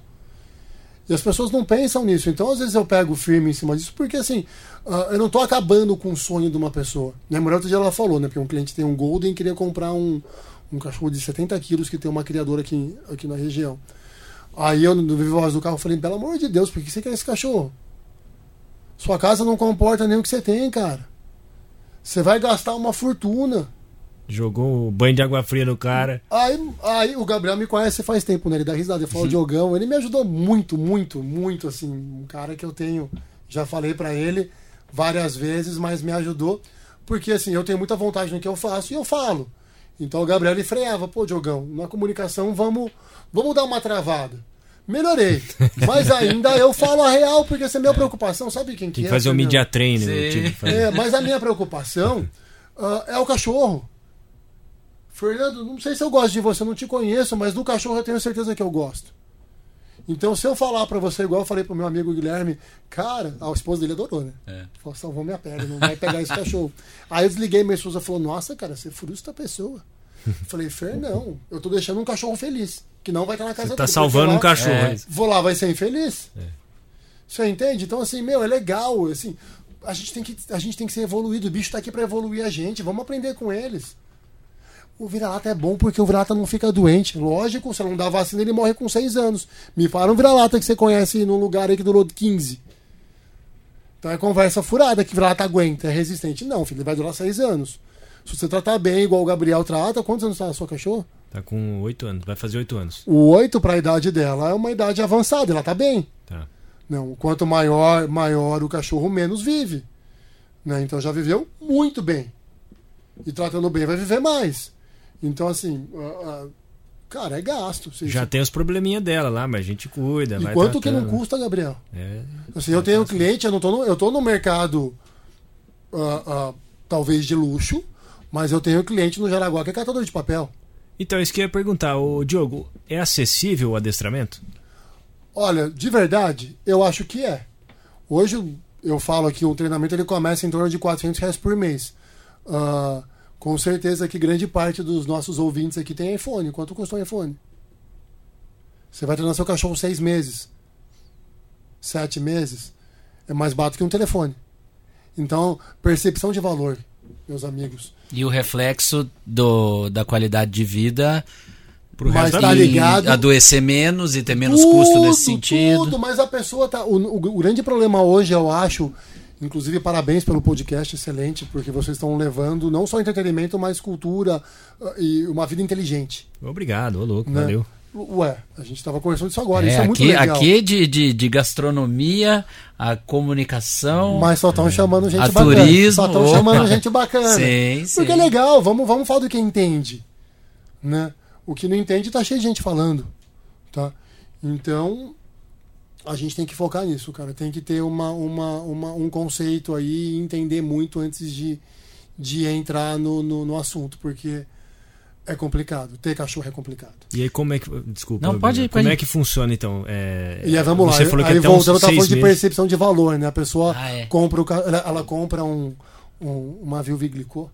[SPEAKER 3] E as pessoas não pensam nisso. Então, às vezes, eu pego firme em cima disso, porque, assim, uh, eu não estou acabando com o sonho de uma pessoa. Minha mulher, outro dia, ela falou, né? Porque um cliente tem um Golden e queria comprar um, um cachorro de setenta quilos que tem uma criadora aqui, aqui na região. Aí eu, no Viva Voz do carro, falei, pelo amor de Deus, por que você quer esse cachorro? Sua casa não comporta nem o que você tem, cara. Você vai gastar uma fortuna.
[SPEAKER 1] Jogou banho de água fria no cara.
[SPEAKER 3] Aí, aí o Gabriel me conhece faz tempo, né? Ele dá risada, ele fala, uhum. Diogão, ele me ajudou muito, muito, muito, assim, um cara que eu tenho, já falei pra ele várias vezes, mas me ajudou, porque assim, eu tenho muita vontade no que eu faço e eu falo. Então o Gabriel ele freava, pô, Diogão, na comunicação vamos, vamos dar uma travada. Melhorei, mas ainda eu falo a real, porque essa é a minha preocupação, sabe quem que
[SPEAKER 1] Tem que
[SPEAKER 3] é?
[SPEAKER 1] fazer o um
[SPEAKER 3] Fernando?
[SPEAKER 1] media trainer.
[SPEAKER 3] É, mas a minha preocupação uh, é o cachorro. Fernando, não sei se eu gosto de você, eu não te conheço, mas do cachorro eu tenho certeza que eu gosto. Então, se eu falar pra você, igual eu falei pro meu amigo Guilherme, cara, a esposa dele adorou, né? É. Falou, salvou minha perna, não vai pegar esse cachorro. Aí eu desliguei, minha esposa falou, nossa, cara, você frustra a pessoa. Eu falei, Fer, não, eu tô deixando um cachorro feliz, que não vai estar na casa
[SPEAKER 1] dele. Você tá
[SPEAKER 3] dele,
[SPEAKER 1] salvando
[SPEAKER 3] lá,
[SPEAKER 1] um cachorro.
[SPEAKER 3] É. Vou lá, vai ser infeliz?
[SPEAKER 1] É.
[SPEAKER 3] Você entende? Então, assim, meu, é legal, assim, a gente tem que, a gente tem que ser evoluído, o bicho tá aqui pra evoluir a gente, vamos aprender com eles. O vira-lata é bom porque o vira-lata não fica doente. Lógico, se não dá vacina, ele morre com seis anos. Me fala um vira-lata que você conhece num lugar aí que durou quinze. Então é conversa furada que vira-lata aguenta, é resistente. Não, filho, ele vai durar seis anos. Se você tratar bem, igual o Gabriel trata, quantos anos tá a sua cachorra?
[SPEAKER 1] Tá com oito anos, vai fazer oito anos.
[SPEAKER 3] O oito para a idade dela é uma idade avançada, ela tá bem.
[SPEAKER 1] Tá.
[SPEAKER 3] Não, quanto maior, maior o cachorro, menos vive. Né? Então já viveu muito bem. E tratando bem vai viver mais. Então, assim, uh, uh, cara, é gasto. Você,
[SPEAKER 1] Já
[SPEAKER 3] você...
[SPEAKER 1] tem os probleminha dela lá, mas a gente cuida.
[SPEAKER 3] E
[SPEAKER 1] vai
[SPEAKER 3] quanto
[SPEAKER 1] tratando.
[SPEAKER 3] que não custa, Gabriel?
[SPEAKER 1] É,
[SPEAKER 3] assim, eu tenho um cliente, eu não tô no, eu tô no mercado, uh, uh, talvez de luxo, mas eu tenho um cliente no Jaraguá que é catador de papel.
[SPEAKER 1] Então, isso que eu ia perguntar. Ô, Diogo, é acessível o adestramento?
[SPEAKER 3] Olha, de verdade, eu acho que é. Hoje, eu falo aqui, o treinamento ele começa em torno de quatrocentos reais por mês. Uh, Com certeza que grande parte dos nossos ouvintes aqui tem iPhone. Quanto custa um iPhone? Você vai treinar seu cachorro seis meses, sete meses. É mais barato que um telefone. Então, percepção de valor, meus amigos.
[SPEAKER 2] E o reflexo do, da qualidade de vida
[SPEAKER 1] pro
[SPEAKER 3] Mas
[SPEAKER 1] resto
[SPEAKER 3] tá
[SPEAKER 1] da vida.
[SPEAKER 3] ligado.
[SPEAKER 2] Adoecer menos e ter menos
[SPEAKER 3] Tudo,
[SPEAKER 2] custo nesse sentido.
[SPEAKER 3] Tudo, mas a pessoa tá. O, o, o grande problema hoje, eu acho. Inclusive, parabéns pelo podcast, excelente, porque vocês estão levando não só entretenimento, mas cultura uh, e uma vida inteligente.
[SPEAKER 1] Obrigado, ô louco,
[SPEAKER 3] Né?
[SPEAKER 1] valeu.
[SPEAKER 3] Ué, a gente estava conversando disso agora,
[SPEAKER 2] É,
[SPEAKER 3] isso é muito
[SPEAKER 2] aqui
[SPEAKER 3] legal.
[SPEAKER 2] aqui de, de, de gastronomia, a comunicação.
[SPEAKER 3] Mas só estão chamando gente
[SPEAKER 2] A
[SPEAKER 3] bacana.
[SPEAKER 2] turismo,
[SPEAKER 3] Só estão
[SPEAKER 2] opa.
[SPEAKER 3] chamando gente bacana.
[SPEAKER 2] Sim,
[SPEAKER 3] Porque
[SPEAKER 2] sim.
[SPEAKER 3] é legal, vamos, vamos falar do que entende. Né? O que não entende tá cheio de gente falando. Tá? Então, a gente tem que focar nisso, cara. Tem que ter uma, uma, uma, um conceito aí e entender muito antes de, de entrar no, no, no assunto, porque é complicado. Ter cachorro é complicado.
[SPEAKER 1] E aí como é que... Desculpa.
[SPEAKER 2] Não, pode ir,
[SPEAKER 1] Como
[SPEAKER 2] pode
[SPEAKER 1] é
[SPEAKER 2] ir.
[SPEAKER 1] que funciona, então? É,
[SPEAKER 3] E aí, vamos
[SPEAKER 1] você
[SPEAKER 3] lá.
[SPEAKER 1] falou que
[SPEAKER 3] aí
[SPEAKER 1] até uns
[SPEAKER 3] voltando, tá
[SPEAKER 1] seis
[SPEAKER 3] falando de
[SPEAKER 1] meses.
[SPEAKER 3] percepção de valor, né? A pessoa
[SPEAKER 2] Ah, é.
[SPEAKER 3] compra o ca- ela, ela compra um, um, uma Vilviglicô,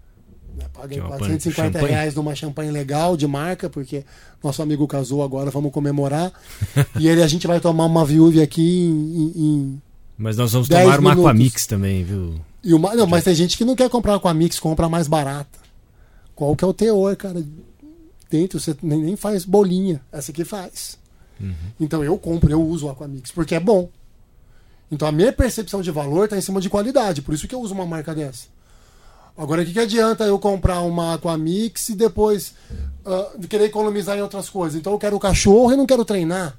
[SPEAKER 3] né? Paga
[SPEAKER 1] Que é uma
[SPEAKER 3] quatrocentos e cinquenta
[SPEAKER 1] champanhe.
[SPEAKER 3] reais numa champanhe legal de marca, porque nosso amigo casou agora, vamos comemorar. E ele, a gente vai tomar uma Vilve aqui em, em,
[SPEAKER 1] Mas nós vamos
[SPEAKER 3] dez
[SPEAKER 1] tomar uma
[SPEAKER 3] minutos.
[SPEAKER 1] Aquamix também, viu?
[SPEAKER 3] e uma, não, mas tem gente que não quer comprar com a Mix, compra a mais barata. Qual que é o teor, cara? Dentro você nem, nem faz bolinha. Essa aqui faz.
[SPEAKER 1] Uhum.
[SPEAKER 3] Então eu compro, eu uso o Aquamix, porque é bom. Então a minha percepção de valor está em cima de qualidade, por isso que eu uso uma marca dessa. Agora, o que, que adianta eu comprar uma Aquamix e depois uh, querer economizar em outras coisas? Então eu quero o cachorro e não quero treinar.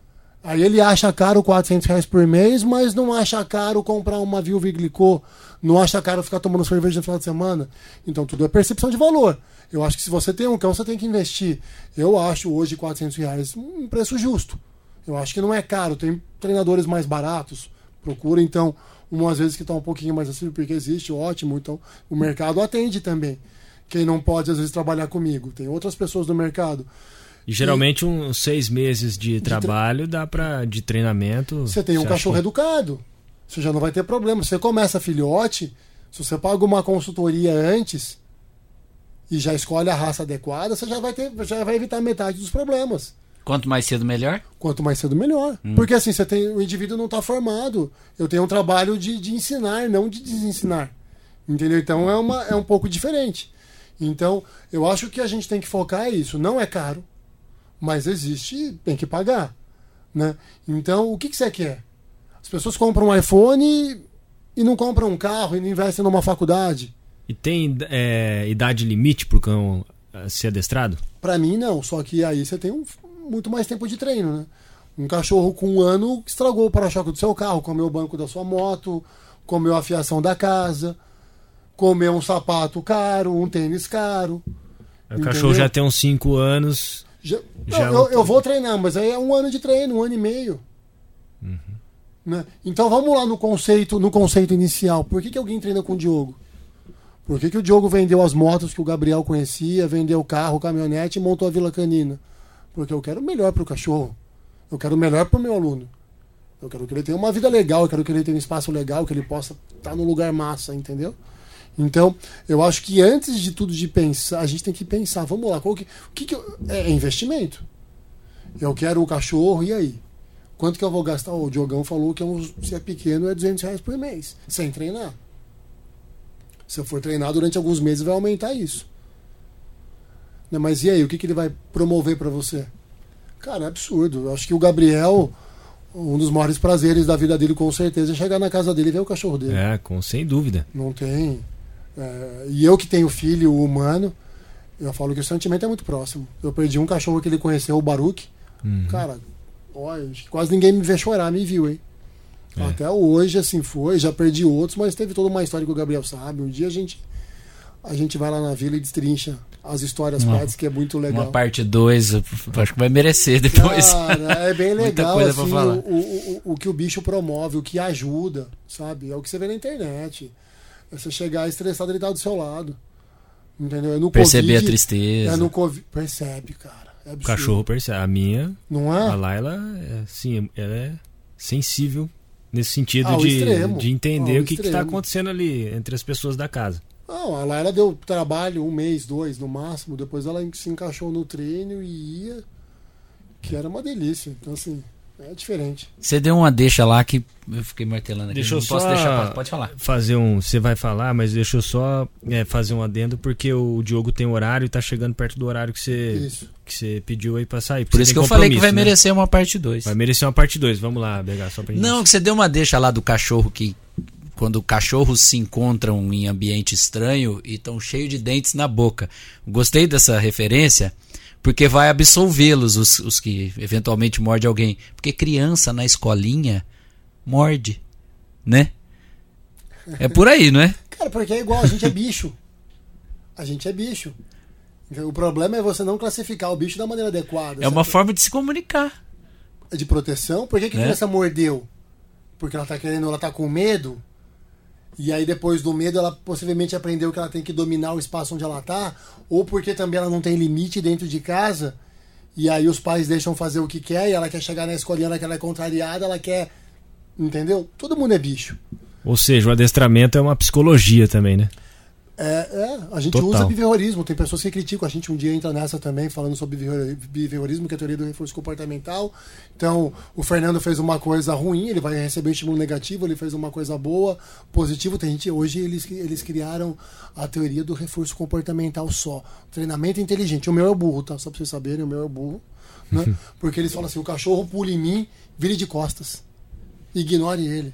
[SPEAKER 3] Aí ele acha caro quatrocentos reais por mês, mas não acha caro comprar uma Vilviglicô, não acha caro ficar tomando cerveja no final de semana. Então tudo é percepção de valor. Eu acho que se você tem um cão, você tem que investir. Eu acho hoje quatrocentos reais um preço justo. Eu acho que não é caro. Tem treinadores mais baratos. Procura, então, umas vezes que está um pouquinho mais acima, porque existe, ótimo. Então, o mercado atende também. Quem não pode, às vezes, trabalhar comigo. Tem outras pessoas no mercado.
[SPEAKER 1] E geralmente uns seis meses de trabalho dá pra... de treinamento.
[SPEAKER 3] Você tem um
[SPEAKER 1] você
[SPEAKER 3] cachorro
[SPEAKER 1] acha que-
[SPEAKER 3] educado. Você já não vai ter problema. Você começa filhote, se você paga uma consultoria antes e já escolhe a raça adequada, você já vai ter, já vai evitar metade dos problemas.
[SPEAKER 2] Quanto mais cedo, melhor.
[SPEAKER 3] Quanto mais cedo, melhor.
[SPEAKER 2] Hum.
[SPEAKER 3] Porque assim, você tem, o indivíduo não está formado. Eu tenho um trabalho de, de ensinar, não de desensinar. Entendeu? Então é, uma, é um pouco diferente. Então, eu acho que a gente tem que focar é isso. Não é caro, mas existe, tem que pagar. Né? Então, o que, que você quer? As pessoas compram um iPhone e, e não compram um carro e não investem numa faculdade.
[SPEAKER 1] E tem é, idade limite pro cão eh, ser adestrado?
[SPEAKER 3] Pra mim, não. Só que aí você tem um, muito mais tempo de treino, né? Um cachorro com um ano estragou o para-choque do seu carro, comeu o banco da sua moto, comeu a fiação da casa, comeu um sapato caro, um tênis caro.
[SPEAKER 1] O cachorro
[SPEAKER 3] Entendeu?
[SPEAKER 1] já tem uns cinco anos.
[SPEAKER 3] Já,
[SPEAKER 1] Já
[SPEAKER 3] não, eu,
[SPEAKER 1] não-
[SPEAKER 3] eu vou treinar, mas aí é um ano de treino, um ano e meio. Né? Então vamos lá no conceito, no conceito inicial. Por que, que alguém treina com o Diogo? Por que, que o Diogo vendeu as motos que o Gabriel conhecia, vendeu o carro, caminhonete e montou a Vila Canina? Porque eu quero o melhor para o cachorro. Eu quero o melhor para o meu aluno. Eu quero que ele tenha uma vida legal, eu quero que ele tenha um espaço legal, que ele possa estar num lugar massa, entendeu? Então, eu acho que antes de tudo de pensar, a gente tem que pensar, vamos lá, qual que, o que, que eu, é investimento. Eu quero o cachorro, e aí? Quanto que eu vou gastar? O Diogão falou que é um, se é pequeno é duzentos reais por mês, sem treinar. Se eu for treinar durante alguns meses, vai aumentar isso. Né, mas e aí, o que, que ele vai promover para você? Cara, é absurdo. Eu acho que o Gabriel, um dos maiores prazeres da vida dele, com certeza, é chegar na casa dele e ver o cachorro dele.
[SPEAKER 1] É, com, sem dúvida.
[SPEAKER 3] Não tem. É, e eu que tenho filho humano, eu falo que o sentimento é muito próximo. Eu perdi um cachorro que ele conheceu, o Baruch.
[SPEAKER 1] Uhum.
[SPEAKER 3] Cara, olha, acho que quase ninguém me vê chorar, me viu, hein?
[SPEAKER 1] É.
[SPEAKER 3] Até hoje, assim foi. Já perdi outros, mas teve toda uma história que o Gabriel sabe. Um dia a gente, a gente vai lá na vila e destrincha as histórias,
[SPEAKER 2] Uma-
[SPEAKER 3] partes, que é muito legal.
[SPEAKER 2] Uma parte dois, acho que vai merecer depois.
[SPEAKER 3] Cara, é bem
[SPEAKER 2] Muita
[SPEAKER 3] legal
[SPEAKER 2] coisa pra
[SPEAKER 3] assim,
[SPEAKER 2] falar.
[SPEAKER 3] o, o, o, o que o bicho promove, o que ajuda, sabe? É o que você vê na internet. É você chegar estressado, ele tá do seu lado. Entendeu? É no
[SPEAKER 2] Perceber
[SPEAKER 3] COVID,
[SPEAKER 2] a tristeza.
[SPEAKER 3] É no COVID. Percebe, cara. É
[SPEAKER 1] O
[SPEAKER 3] absurdo.
[SPEAKER 1] cachorro percebe. A minha,
[SPEAKER 3] Não
[SPEAKER 1] a
[SPEAKER 3] é?
[SPEAKER 1] Laila, é, sim, ela é sensível nesse sentido
[SPEAKER 3] Ao
[SPEAKER 1] de,
[SPEAKER 3] extremo.
[SPEAKER 1] de entender
[SPEAKER 3] Ao
[SPEAKER 1] o que está
[SPEAKER 3] extremo.
[SPEAKER 1] acontecendo ali entre as pessoas da casa.
[SPEAKER 3] Não, ela, ela deu trabalho um mês, dois no máximo. Depois ela se encaixou no treino e ia. Que era uma delícia. Então, assim. É diferente.
[SPEAKER 2] Você deu uma deixa lá que eu fiquei martelando aqui.
[SPEAKER 1] Deixa eu
[SPEAKER 2] não
[SPEAKER 1] só
[SPEAKER 2] posso deixar, pode, pode falar.
[SPEAKER 1] Fazer um, você vai falar, mas deixa eu só é, fazer um adendo, porque o Diogo tem horário e tá chegando perto do horário que você,
[SPEAKER 3] Isso.
[SPEAKER 1] que você pediu aí pra sair.
[SPEAKER 2] Por isso que eu falei que vai né? merecer uma parte dois.
[SPEAKER 1] Vai merecer uma parte dois. Vamos lá, B H, só pra gente...
[SPEAKER 2] Não, que você deu uma deixa lá do cachorro que... Quando cachorros se encontram em ambiente estranho e estão cheios de dentes na boca. Gostei dessa referência, porque vai absolvê-los, os, os que eventualmente mordem alguém. Porque criança na escolinha morde, né? É por aí, não é?
[SPEAKER 3] Cara, porque é igual, a gente é bicho. A gente é bicho. O problema é você não classificar o bicho da maneira adequada.
[SPEAKER 2] É uma forma de se comunicar.
[SPEAKER 3] É de proteção. Por que, que a
[SPEAKER 2] né?
[SPEAKER 3] criança mordeu? Porque ela tá querendo, ela tá com medo. E aí depois do medo ela possivelmente aprendeu que ela tem que dominar o espaço onde ela tá, ou porque também ela não tem limite dentro de casa, e aí os pais deixam fazer o que quer, e ela quer chegar na escolinha, ela é contrariada, ela quer... Entendeu? Todo mundo é bicho.
[SPEAKER 1] Ou seja, o adestramento é uma psicologia também, né?
[SPEAKER 3] É, é a gente
[SPEAKER 1] Total.
[SPEAKER 3] usa behaviorismo, tem pessoas que criticam, a gente um dia entra nessa também, falando sobre behaviorismo, que é a teoria do reforço comportamental. Então, o Fernando fez uma coisa ruim, ele vai receber um estímulo negativo, ele fez uma coisa boa, positivo. Tem gente, hoje eles, eles criaram a teoria do reforço comportamental só. Treinamento inteligente. O meu é o burro, tá? Só pra vocês saberem, o meu é o burro. Né? Porque eles falam assim, o cachorro pula em mim, vire de costas. Ignore ele.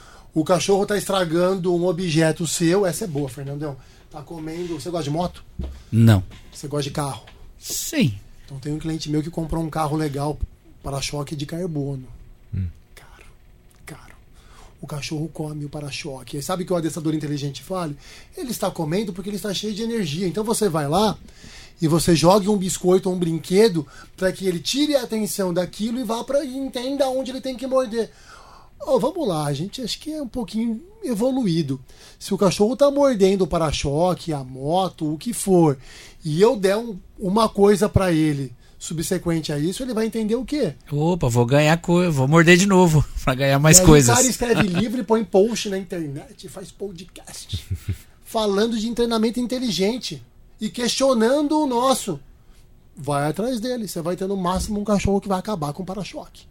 [SPEAKER 3] O cachorro tá estragando um objeto seu, essa é boa, Fernandão. Tá comendo. Você gosta de moto?
[SPEAKER 2] Não.
[SPEAKER 3] Você gosta de carro?
[SPEAKER 2] Sim.
[SPEAKER 3] Então tem um cliente meu que comprou um carro legal, para-choque de carbono.
[SPEAKER 1] Hum.
[SPEAKER 3] Caro. Caro. O cachorro come o para-choque. E sabe o que o adestrador inteligente fala? Ele está comendo porque ele está cheio de energia. Então você vai lá e você joga um biscoito ou um brinquedo para que ele tire a atenção daquilo e vá para e entenda onde ele tem que morder. Oh, vamos lá, a gente acho que é um pouquinho evoluído. Se o cachorro tá mordendo o para-choque, a moto, o que for, e eu der um, uma coisa para ele subsequente a isso, ele vai entender o quê?
[SPEAKER 2] Opa, vou ganhar coisa, vou morder de novo para ganhar mais
[SPEAKER 3] e aí
[SPEAKER 2] coisas.
[SPEAKER 3] O cara escreve livro e põe post na internet, faz podcast falando de treinamento inteligente e questionando o nosso. Vai atrás dele, você vai ter no máximo um cachorro que vai acabar com o para-choque.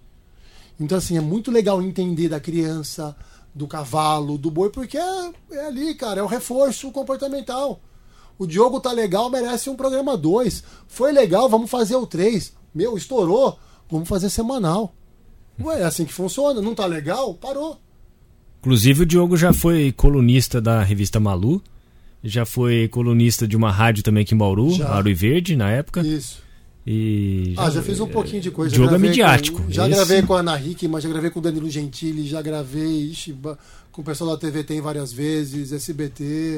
[SPEAKER 3] Então, assim, é muito legal entender da criança, do cavalo, do boi, porque é, é ali, cara, é o reforço comportamental. O Diogo tá legal, merece um programa dois. Foi legal, vamos fazer o três. Meu, estourou, vamos fazer semanal. Ué, é assim que funciona. Não tá legal? Parou.
[SPEAKER 1] Inclusive, o Diogo já foi colunista da revista Malu, já foi colunista de uma rádio também aqui em Bauru, já. Auro e Verde, na época.
[SPEAKER 3] Isso.
[SPEAKER 1] E
[SPEAKER 3] já, ah, já fiz um pouquinho de coisa.
[SPEAKER 1] Diogo é midiático.
[SPEAKER 3] Com, já esse... gravei com a Ana Hickman, mas já gravei com o Danilo Gentili, já gravei ixi, com o pessoal da T V Tem várias vezes, S B T.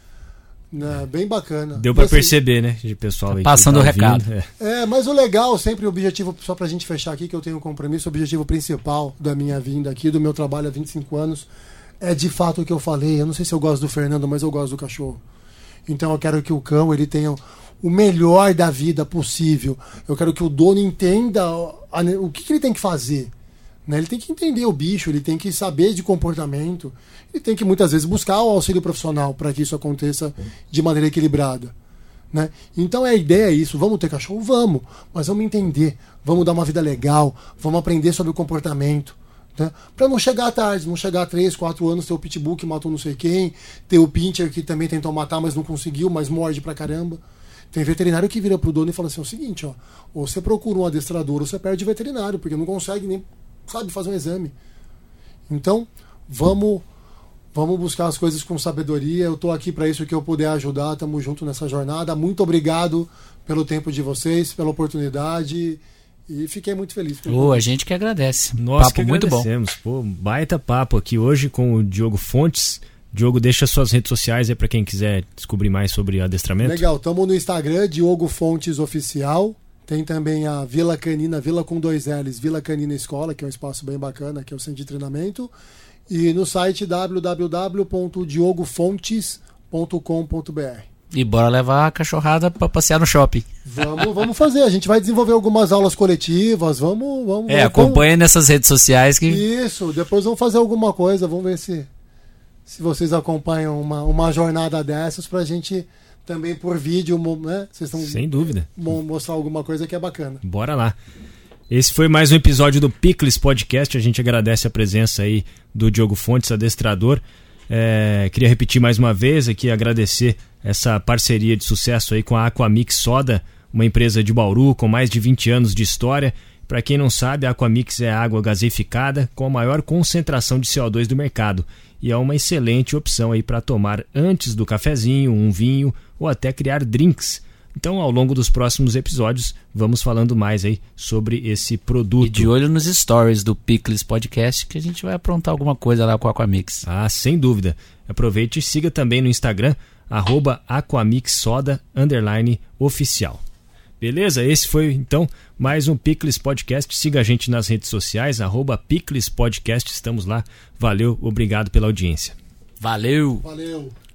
[SPEAKER 3] Né, bem bacana.
[SPEAKER 1] Deu pra
[SPEAKER 3] mas,
[SPEAKER 1] perceber, né? De pessoal aí
[SPEAKER 2] passando o tá recado.
[SPEAKER 3] É. é, mas o legal, sempre o objetivo, só pra gente fechar aqui, que eu tenho um compromisso, o objetivo principal da minha vinda aqui, do meu trabalho há vinte e cinco anos, é de fato o que eu falei. Eu não sei se eu gosto do Fernando, mas eu gosto do cachorro. Então eu quero que o cão ele tenha o melhor da vida possível. Eu quero que o dono entenda a, a, o que, que ele tem que fazer. Né? Ele tem que entender o bicho, ele tem que saber de comportamento, ele tem que muitas vezes buscar o auxílio profissional para que isso aconteça de maneira equilibrada. Né? Então a ideia é isso, vamos ter cachorro? Vamos, mas vamos entender, vamos dar uma vida legal, vamos aprender sobre o comportamento. Né? Para não chegar tarde, não chegar a três, quatro anos, ter o pitbull que matou não sei quem, ter o pincher que também tentou matar, mas não conseguiu, mas morde pra caramba. Tem veterinário que vira pro dono e fala assim, é o seguinte, ó, ou você procura um adestrador ou você perde o veterinário, porque não consegue nem, sabe, fazer um exame. Então, vamos, vamos buscar as coisas com sabedoria. Eu tô aqui para isso, que eu puder ajudar, tamo junto nessa jornada. Muito obrigado pelo tempo de vocês, pela oportunidade. E fiquei muito feliz.
[SPEAKER 2] Oh, a gente que agradece.
[SPEAKER 1] Nós
[SPEAKER 2] papo
[SPEAKER 1] que
[SPEAKER 2] muito bom.
[SPEAKER 1] Pô, baita papo aqui hoje com o Diogo Fontes. Diogo, deixa suas redes sociais aí para quem quiser descobrir mais sobre adestramento.
[SPEAKER 3] Legal, estamos no Instagram, Diogo Fontes Oficial. Tem também a Vila Canina, Vila com dois L's, Vila Canina Escola, que é um espaço bem bacana, que é o centro de treinamento. E no site w w w ponto diogo fontes ponto com ponto b r.
[SPEAKER 2] E bora levar a cachorrada para passear no shopping.
[SPEAKER 3] Vamos, vamos fazer. A gente vai desenvolver algumas aulas coletivas. Vamos, vamos.
[SPEAKER 2] É, acompanha nessas redes sociais que.
[SPEAKER 3] Isso. Depois vamos fazer alguma coisa. Vamos ver se se vocês acompanham uma, uma jornada dessas pra gente também por vídeo, né? Vocês estão
[SPEAKER 1] sem dúvida
[SPEAKER 3] mostrar alguma coisa que é bacana.
[SPEAKER 1] Bora lá. Esse foi mais um episódio do Pickles Podcast. A gente agradece a presença aí do Diogo Fontes, adestrador. É, queria repetir mais uma vez aqui, agradecer essa parceria de sucesso aí com a Aquamix Soda, uma empresa de Bauru com mais de vinte anos de história. Para quem não sabe, a Aquamix é água gaseificada com a maior concentração de C O dois do mercado e é uma excelente opção aí para tomar antes do cafezinho, um vinho ou até criar drinks. Então, ao longo dos próximos episódios, vamos falando mais aí sobre esse produto.
[SPEAKER 2] E de olho nos stories do Pickles Podcast, que a gente vai aprontar alguma coisa lá com a Aquamix.
[SPEAKER 1] Ah, sem dúvida. Aproveite e siga também no Instagram, arroba aquamixsoda, underline, oficial. Beleza? Esse foi, então, mais um Pickles Podcast. Siga a gente nas redes sociais, arroba Pickles Podcast. Estamos lá. Valeu, obrigado pela audiência.
[SPEAKER 2] Valeu!
[SPEAKER 3] Valeu!